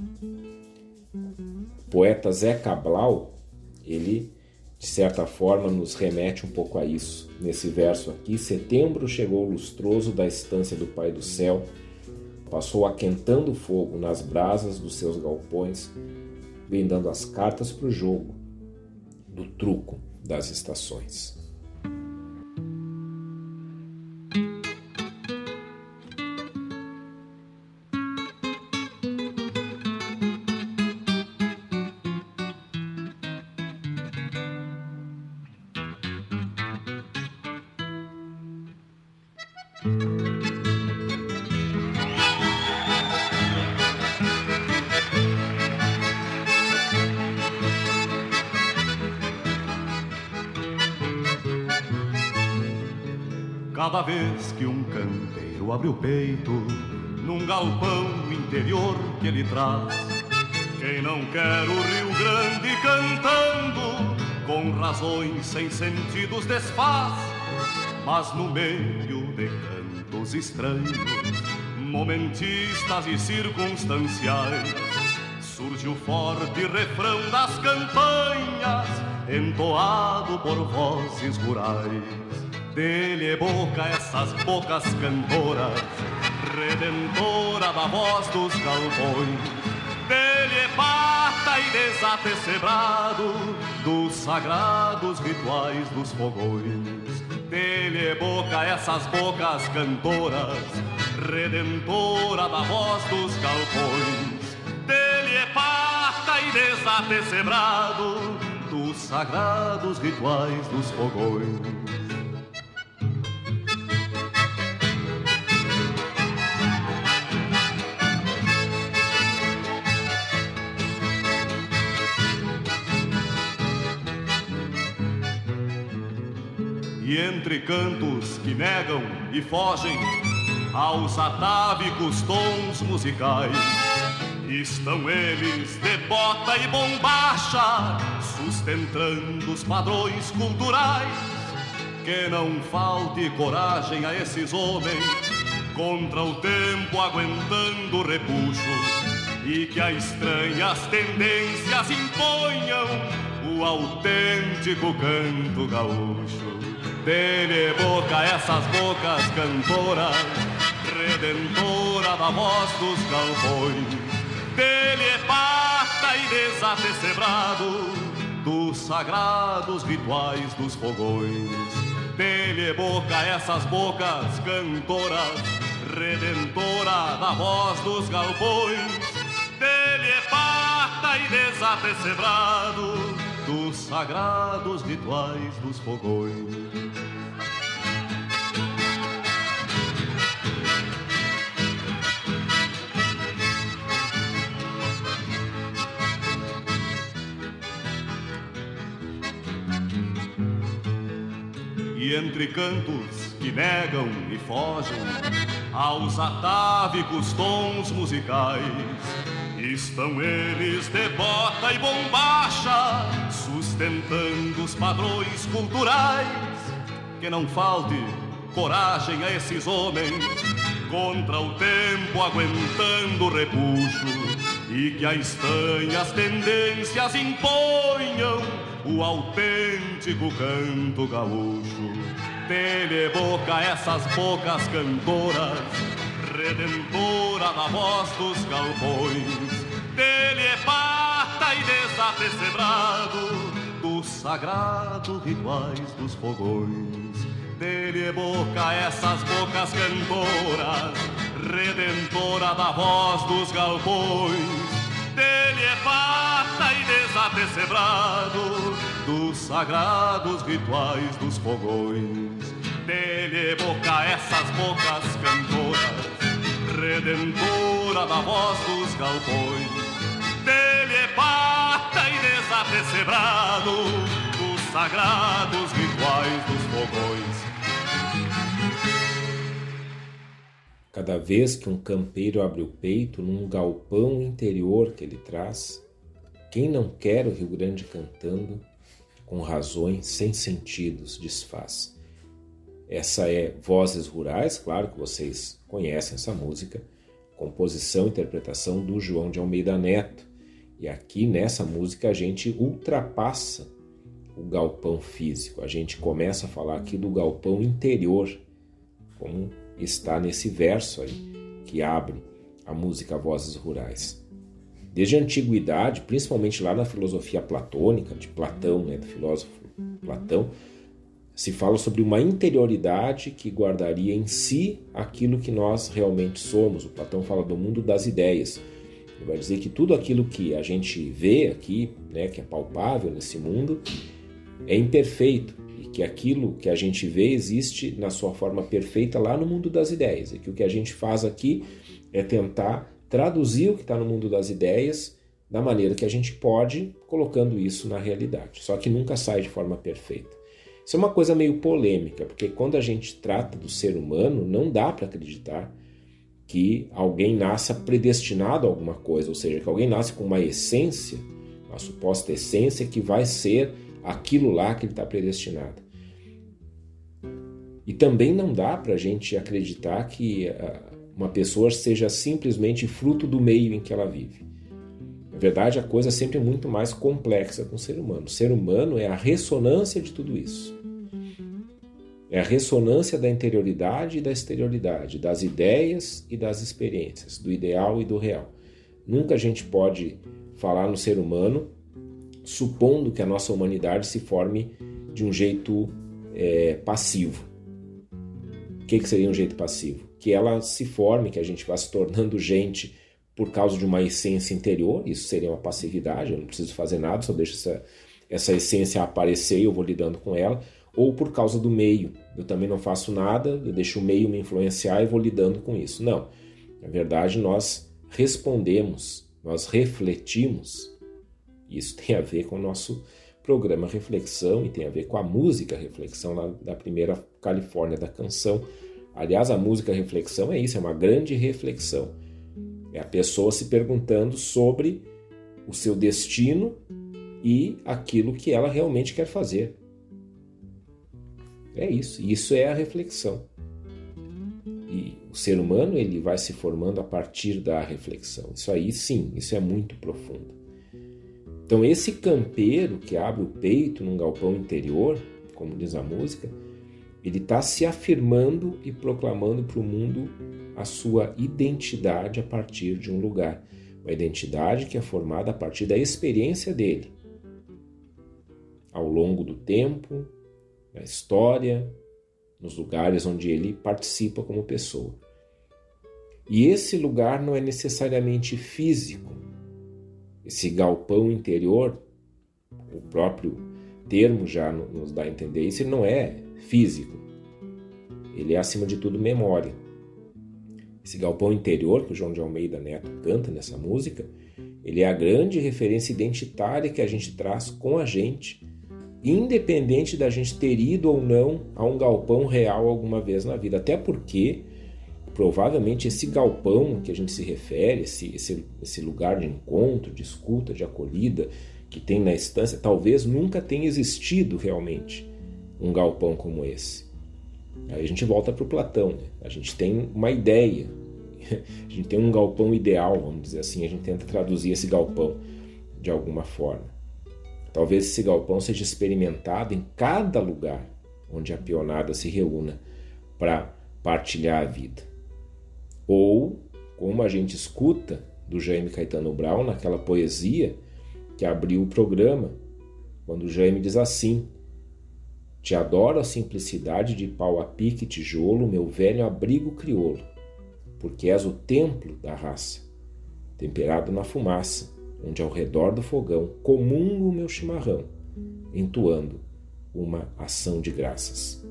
O poeta Zé Cabral, ele, de certa forma, nos remete um pouco a isso. Nesse verso aqui, setembro chegou lustroso da estância do Pai do Céu, passou aquentando o fogo nas brasas dos seus galpões, vem dando as cartas para o jogo do truco das estações. Cada vez que um campeiro abre o peito num galpão interior que ele traz, quem não quer o Rio Grande cantando, com razões sem sentidos desfaz. Mas no meio de cantos estranhos, momentistas e circunstanciais, surge o forte refrão das campanhas, entoado por vozes rurais. Dele boca essas bocas cantoras, redentora da voz dos galpões. Dele pata e desatecebrado dos sagrados rituais dos fogões. Dele boca essas bocas cantoras, redentora da voz dos galpões. Dele é pata e desatecebrado dos sagrados rituais dos fogões. E entre cantos que negam e fogem aos atávicos tons musicais, estão eles de bota e bombacha, sustentando os padrões culturais. Que não falte coragem a esses homens, contra o tempo aguentando o repuxo, e que as estranhas tendências imponham o autêntico canto gaúcho. Dele boca essas bocas cantoras, redentora da voz dos galpões. Dele é pata e desatecebrado dos sagrados rituais dos fogões. Dele é boca essas bocas cantoras, redentora da voz dos galpões. Dele é pata e desatecebrado dos sagrados rituais dos fogões. E entre cantos que negam e fogem aos atávicos tons musicais, estão eles de bota e bombacha, sustentando os padrões culturais. Que não falte coragem a esses homens, contra o tempo aguentando o repuxo, e que as estranhas tendências imponham o autêntico canto gaúcho. Dele boca essas bocas cantoras, redentora da voz dos galpões. Dele é pata e desatecebrado dos sagrados rituais dos fogões. Dele é boca essas bocas cantoras, redentora da voz dos galpões. Dele é pata e desatecebrado dos sagrados rituais dos fogões. Dele é boca essas bocas cantoras, redentora da voz dos galpões. Dele é pata e desatecebrado dos sagrados rituais dos fogões. Cada vez que um campeiro abre o peito num galpão interior que ele traz, quem não quer o Rio Grande cantando, com razões sem sentidos desfaz. Essa é Vozes Rurais, claro que vocês conhecem essa música, composição e interpretação do João de Almeida Neto. E aqui nessa música a gente ultrapassa o galpão físico, a gente começa a falar aqui do galpão interior, como está nesse verso aí que abre a música Vozes Rurais. Desde a antiguidade, principalmente lá na filosofia platônica, de Platão, né, do filósofo Platão, se fala sobre uma interioridade que guardaria em si aquilo que nós realmente somos. O Platão fala do mundo das ideias. Ele vai dizer que tudo aquilo que a gente vê aqui, né, que é palpável nesse mundo, é imperfeito, e que aquilo que a gente vê existe na sua forma perfeita lá no mundo das ideias, e que o que a gente faz aqui é tentar traduzir o que está no mundo das ideias da maneira que a gente pode, colocando isso na realidade, só que nunca sai de forma perfeita. Isso é uma coisa meio polêmica, porque quando a gente trata do ser humano, não dá para acreditar que alguém nasça predestinado a alguma coisa, ou seja, que alguém nasce com uma essência, uma suposta essência que vai ser aquilo lá que ele está predestinado. E também não dá para a gente acreditar que uma pessoa seja simplesmente fruto do meio em que ela vive. Na verdade, a coisa sempre é muito mais complexa com o ser humano. O ser humano é a ressonância de tudo isso. É a ressonância da interioridade e da exterioridade, das ideias e das experiências, do ideal e do real. Nunca a gente pode falar no ser humano supondo que a nossa humanidade se forme de um jeito é, passivo. O que, que seria um jeito passivo? Que ela se forme, que a gente vá se tornando gente por causa de uma essência interior. Isso seria uma passividade, eu não preciso fazer nada, só deixo essa, essa essência aparecer e eu vou lidando com ela. Ou por causa do meio, eu também não faço nada, eu deixo o meio me influenciar e vou lidando com isso. Não, na verdade nós respondemos, nós refletimos. Isso tem a ver com o nosso programa Reflexão e tem a ver com a música Reflexão lá da primeira Califórnia da Canção. Aliás, a música Reflexão é isso, é uma grande reflexão. É a pessoa se perguntando sobre o seu destino e aquilo que ela realmente quer fazer. É isso, isso é a reflexão. E o ser humano ele vai se formando a partir da reflexão. Isso aí sim, isso é muito profundo. Então esse campeiro que abre o peito num galpão interior, como diz a música, ele está se afirmando e proclamando para o mundo a sua identidade a partir de um lugar. Uma identidade que é formada a partir da experiência dele. Ao longo do tempo, na história, nos lugares onde ele participa como pessoa. E esse lugar não é necessariamente físico. Esse galpão interior, o próprio termo já nos dá a entender isso, ele não é físico. Ele é, acima de tudo, memória. Esse galpão interior, que o João de Almeida Neto canta nessa música, ele é a grande referência identitária que a gente traz com a gente, independente da gente ter ido ou não a um galpão real alguma vez na vida. Até porque, provavelmente, esse galpão que a gente se refere, esse, esse, esse lugar de encontro, de escuta, de acolhida que tem na estância, talvez nunca tenha existido realmente um galpão como esse. Aí a gente volta para o Platão, né? A gente tem uma ideia, a gente tem um galpão ideal, vamos dizer assim, a gente tenta traduzir esse galpão de alguma forma. Talvez esse galpão seja experimentado em cada lugar onde a peonada se reúna para partilhar a vida. Ou, como a gente escuta do Jaime Caetano Brown naquela poesia que abriu o programa, quando o Jaime diz assim: te adoro a simplicidade de pau a pique e tijolo, meu velho abrigo crioulo, porque és o templo da raça, temperado na fumaça, onde ao redor do fogão comungo o meu chimarrão, entoando uma ação de graças.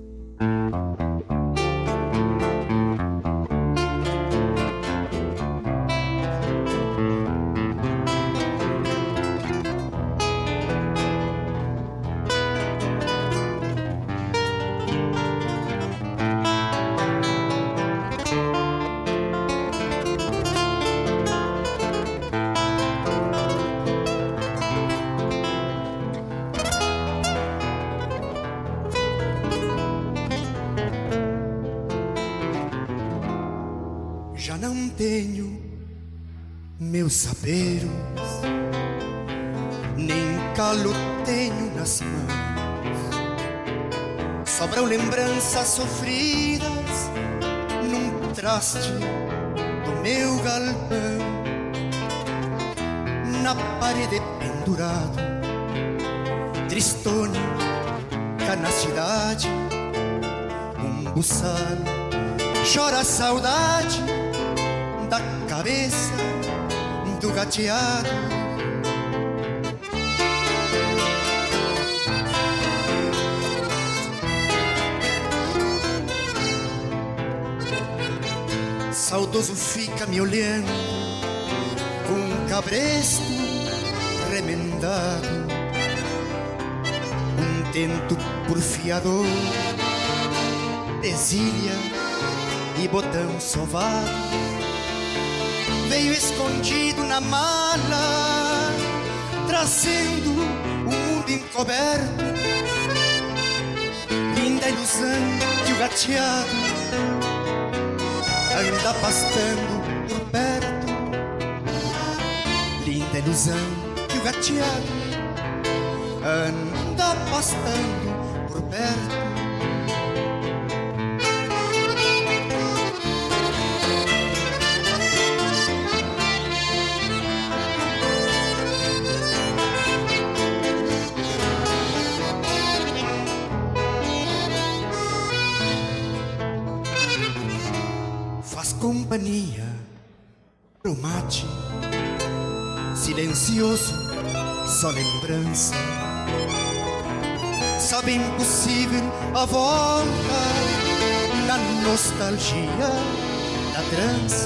Saberes, nem calo tenho nas mãos, sobram lembranças sofridas num traste do meu galpão, na parede pendurado, tristone, cá na cidade, um buçal chora a saudade da cabeça do gateado. Saudoso fica me olhando com um cabresto remendado, um tento porfiador, presilha e botão sovado, veio escondido na mala, trazendo o mundo encoberto. Linda ilusão que o gateado anda pastando por perto. Linda ilusão que o gateado anda pastando por perto. Faz companhia pro mate, silencioso, só lembrança. Sabe impossível a volta na nostalgia da trança.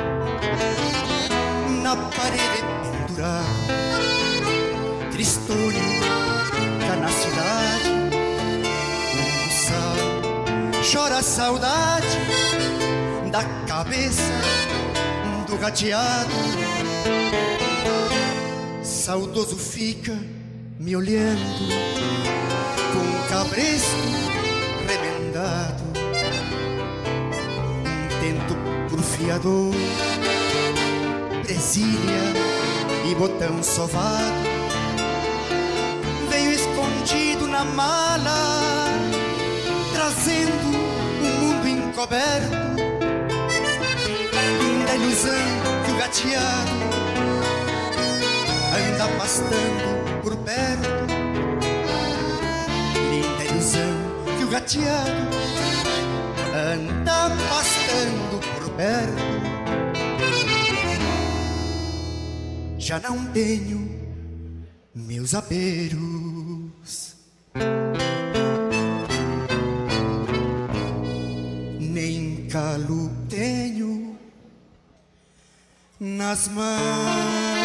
Na parede pendurado, tristonho cá na cidade. Um sal chora a saudade da cabeça do gateado. Saudoso fica me olhando com um cabresto remendado. Um tento porfiador, presilha e botão sovado, veio escondido na mala, trazendo um mundo encoberto. Linda ilusão que o gateado anda pastando por perto. Linda ilusão que o gateado anda pastando por perto. Já não tenho meus aperos, nem calo tenho nas mãos.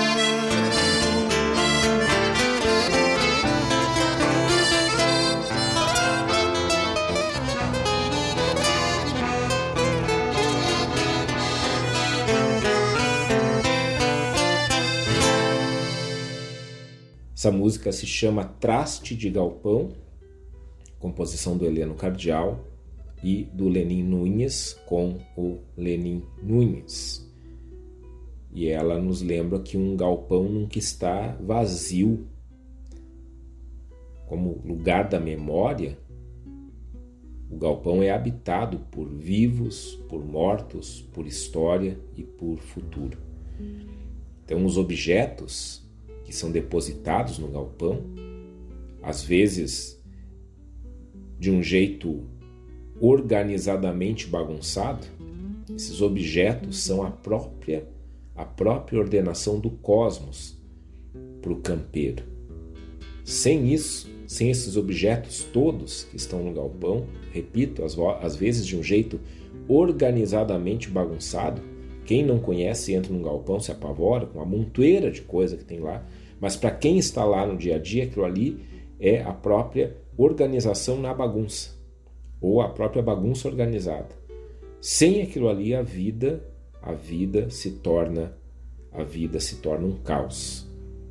Essa música se chama Traste de Galpão, composição do Heleno Cardial e do Lenin Nunes com o Lenin Nunes. E ela nos lembra que um galpão nunca está vazio. Como lugar da memória, o galpão é habitado por vivos, por mortos, por história e por futuro. Então, os objetos que são depositados no galpão, às vezes de um jeito organizadamente bagunçado, esses objetos são a própria, a própria ordenação do cosmos para o campeiro. Sem isso, sem esses objetos todos que estão no galpão, repito, às, às vezes de um jeito organizadamente bagunçado, quem não conhece entra num galpão, se apavora com uma montoeira de coisa que tem lá, mas para quem está lá no dia a dia, aquilo ali é a própria organização na bagunça, ou a própria bagunça organizada. Sem aquilo ali, a vida, a vida se torna, a vida se torna um caos.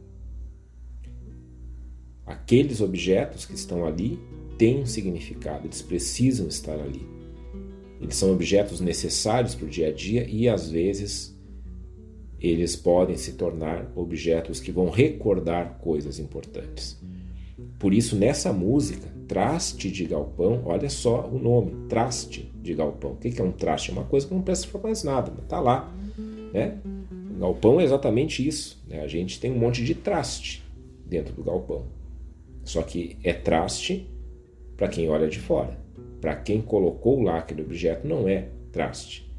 Aqueles objetos que estão ali têm um significado, eles precisam estar ali. Eles são objetos necessários para o dia a dia e, às vezes, eles podem se tornar objetos que vão recordar coisas importantes. Por isso, nessa música, Traste de Galpão, olha só o nome, Traste de Galpão. O que é um traste? É uma coisa que não presta para mais nada, mas está lá. Né? O galpão é exatamente isso. Né? A gente tem um monte de traste dentro do galpão. Só que é traste para quem olha de fora. Para quem colocou lá aquele objeto, não é traste.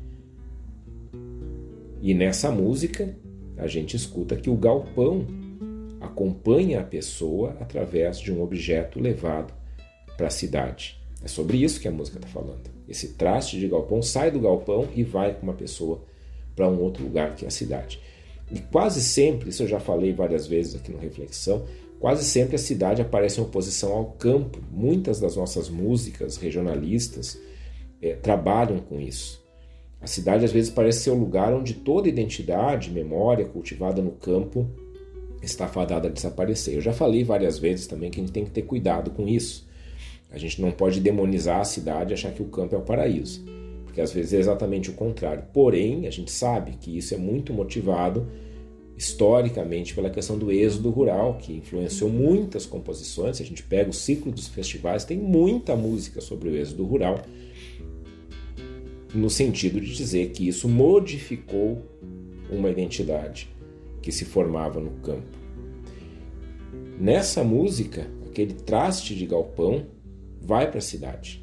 E nessa música, a gente escuta que o galpão acompanha a pessoa através de um objeto levado para a cidade. É sobre isso que a música está falando. Esse traste de galpão sai do galpão e vai com uma pessoa para um outro lugar que é a cidade. E quase sempre, isso eu já falei várias vezes aqui no Reflexão, Quase sempre a cidade aparece em oposição ao campo. Muitas das nossas músicas regionalistas é, trabalham com isso. A cidade às vezes parece ser o lugar onde toda identidade, memória cultivada no campo está fadada a desaparecer. Eu já falei várias vezes também que a gente tem que ter cuidado com isso. A gente não pode demonizar a cidade e achar que o campo é o paraíso, porque às vezes é exatamente o contrário. Porém, a gente sabe que isso é muito motivado historicamente pela questão do êxodo rural, que influenciou muitas composições. Se a gente pega o ciclo dos festivais, tem muita música sobre o êxodo rural, no sentido de dizer que isso modificou uma identidade que se formava no campo. Nessa música, aquele traste de galpão vai para a cidade.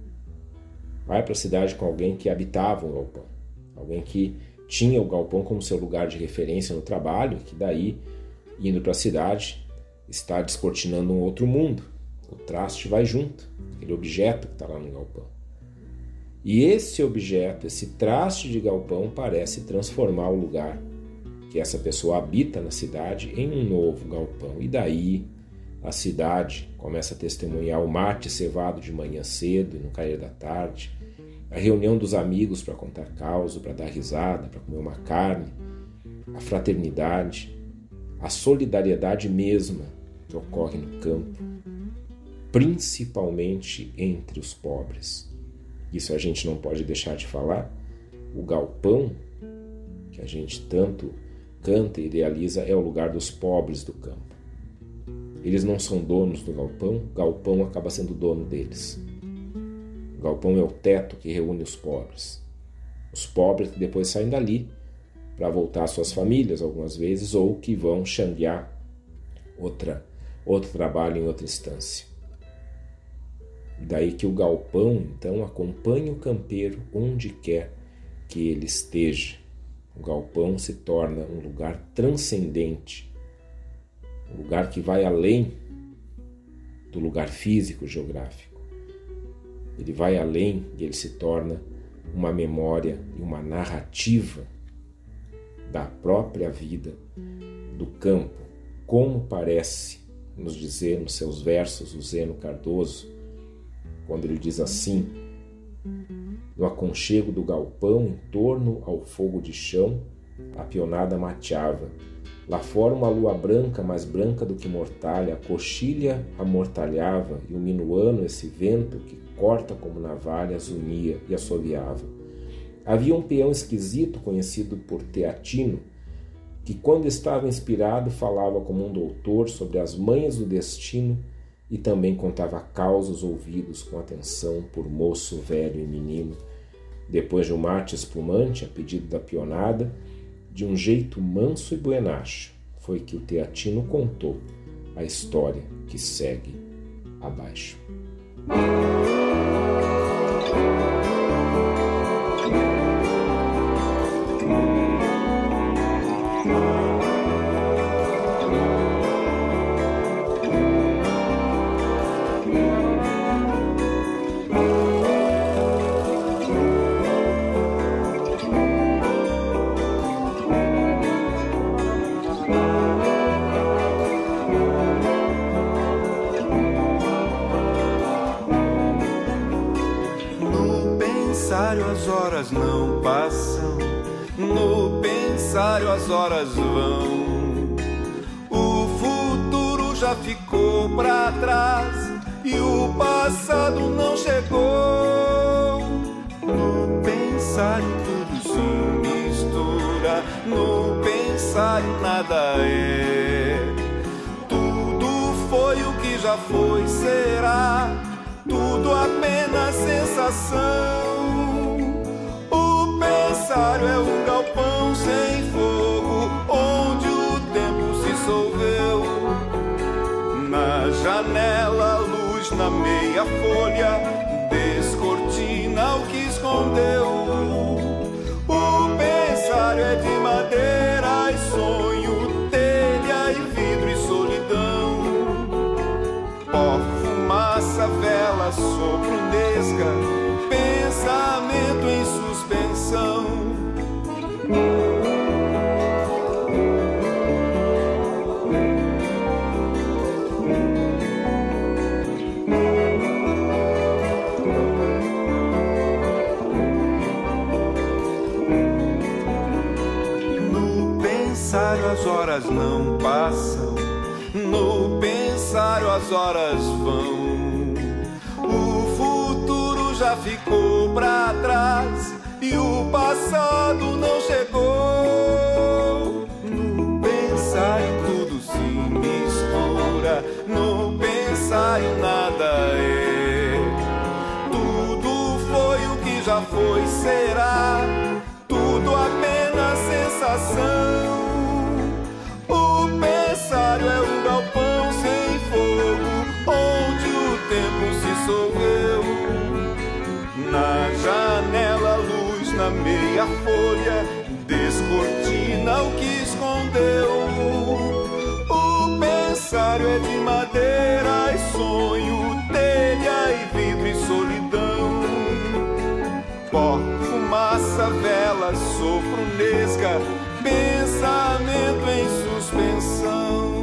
Vai para a cidade com alguém que habitava um galpão, alguém que tinha o galpão como seu lugar de referência no trabalho, que daí, indo para a cidade, está descortinando um outro mundo. O traste vai junto, aquele objeto que está lá no galpão. E esse objeto, esse traste de galpão, parece transformar o lugar que essa pessoa habita na cidade em um novo galpão. E daí a cidade começa a testemunhar o mate cevado de manhã cedo e no cair da tarde, a reunião dos amigos para contar causa, para dar risada, para comer uma carne, a fraternidade, a solidariedade mesma que ocorre no campo, principalmente entre os pobres. Isso a gente não pode deixar de falar. O galpão, que a gente tanto canta e idealiza, é o lugar dos pobres do campo. Eles não são donos do galpão, o galpão acaba sendo dono deles. O galpão é o teto que reúne os pobres. Os pobres que depois saem dali para voltar às suas famílias algumas vezes, ou que vão xanguear outra, outro trabalho em outra instância. Daí que o galpão, então, acompanha o campeiro onde quer que ele esteja. O galpão se torna um lugar transcendente, um lugar que vai além do lugar físico geográfico. Ele vai além e ele se torna uma memória e uma narrativa da própria vida do campo, como parece nos dizer nos seus versos o Zeno Cardoso, quando ele diz assim: no aconchego do galpão, em torno ao fogo de chão, a pionada mateava. Lá fora uma lua branca, mais branca do que mortalha, a coxilha amortalhava, e o minuano, esse vento que corta como navalha, as unia e assoviava. Havia um peão esquisito, conhecido por Teatino, que quando estava inspirado falava como um doutor sobre as manhas do destino e também contava causos ouvidos com atenção por moço, velho e menino. Depois de um mate espumante, a pedido da pionada, de um jeito manso e buenacho, foi que o Teatino contou a história que segue abaixo. As horas não passam, no pensário as horas vão. O futuro já ficou pra trás e o passado não chegou. No pensário tudo se mistura, no pensário nada é. Tudo foi o que já foi, será tudo apenas sensação. O pensário é um galpão sem fogo, onde o tempo se solveu. Na janela, luz na meia folha, descortina o que escondeu. O pensário é de madeira e sonho, telha e vidro e solidão. Pó, fumaça, vela, sopro, nesga, pensamento em suspensão. pensário as horas não passam, no pensário as horas vão. O futuro já ficou pra trás e o passado não chegou. No pensário tudo se mistura, no pensário nada é. Tudo foi o que já foi, será tudo apenas sensação. O pensário é um galpão sem fogo, onde o tempo se dissolveu. Na janela, luz na meia folha, descortina o que escondeu. O pensário é de madeira e sonho, telha e vidro e solidão. Pó, fumaça, vela, sopro, nesga, pensamento em suspensão.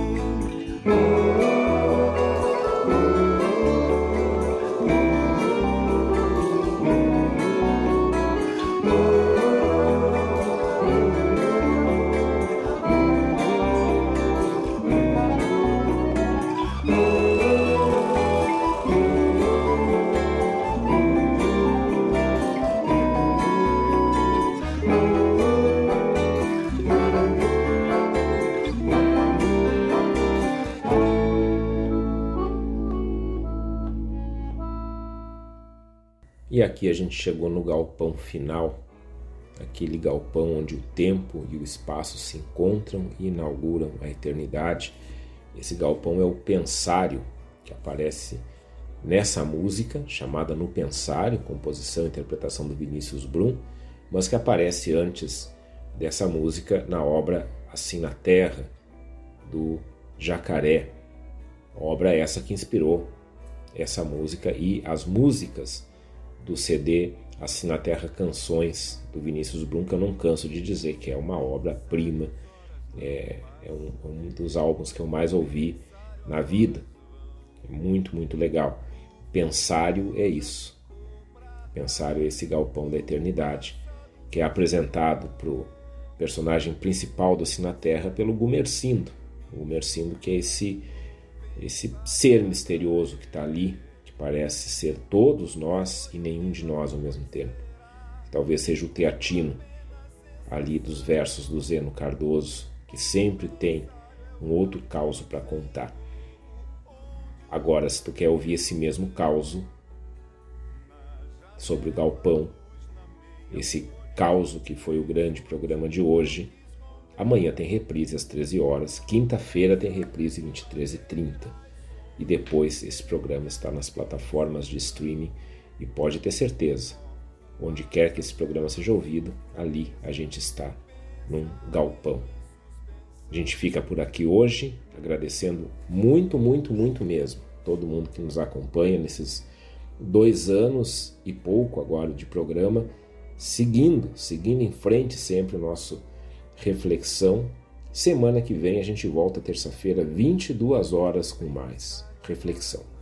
E aqui a gente chegou no galpão final, aquele galpão onde o tempo e o espaço se encontram e inauguram a eternidade. Esse galpão é o pensário, que aparece nessa música, chamada No Pensário, composição e interpretação do Vinícius Brum, mas que aparece antes dessa música na obra Assim na Terra, do Jacaré. Obra essa que inspirou essa música e as músicas do C D Assim na Terra Canções, do Vinícius Brum, que eu não canso de dizer que é uma obra-prima, é, é um, um dos álbuns que eu mais ouvi na vida, é muito, muito legal. Pensário é isso, Pensário é esse galpão da eternidade, que é apresentado para o personagem principal do Assim na Terra pelo Gumercindo, o Gumercindo, que é esse, esse ser misterioso que está ali, parece ser todos nós e nenhum de nós ao mesmo tempo. Talvez seja o Teatino, ali dos versos do Zeno Cardoso, que sempre tem um outro causo para contar. Agora, se tu quer ouvir esse mesmo causo sobre o galpão, esse causo que foi o grande programa de hoje, amanhã tem reprise às treze horas, quinta-feira tem reprise às vinte e três e trinta. E depois esse programa está nas plataformas de streaming e pode ter certeza, onde quer que esse programa seja ouvido, ali a gente está num galpão. A gente fica por aqui hoje, agradecendo muito, muito, muito mesmo todo mundo que nos acompanha nesses dois anos e pouco agora de programa, seguindo, seguindo em frente sempre o nosso Reflexão. Semana que vem a gente volta terça-feira, vinte e duas horas com mais Reflexão.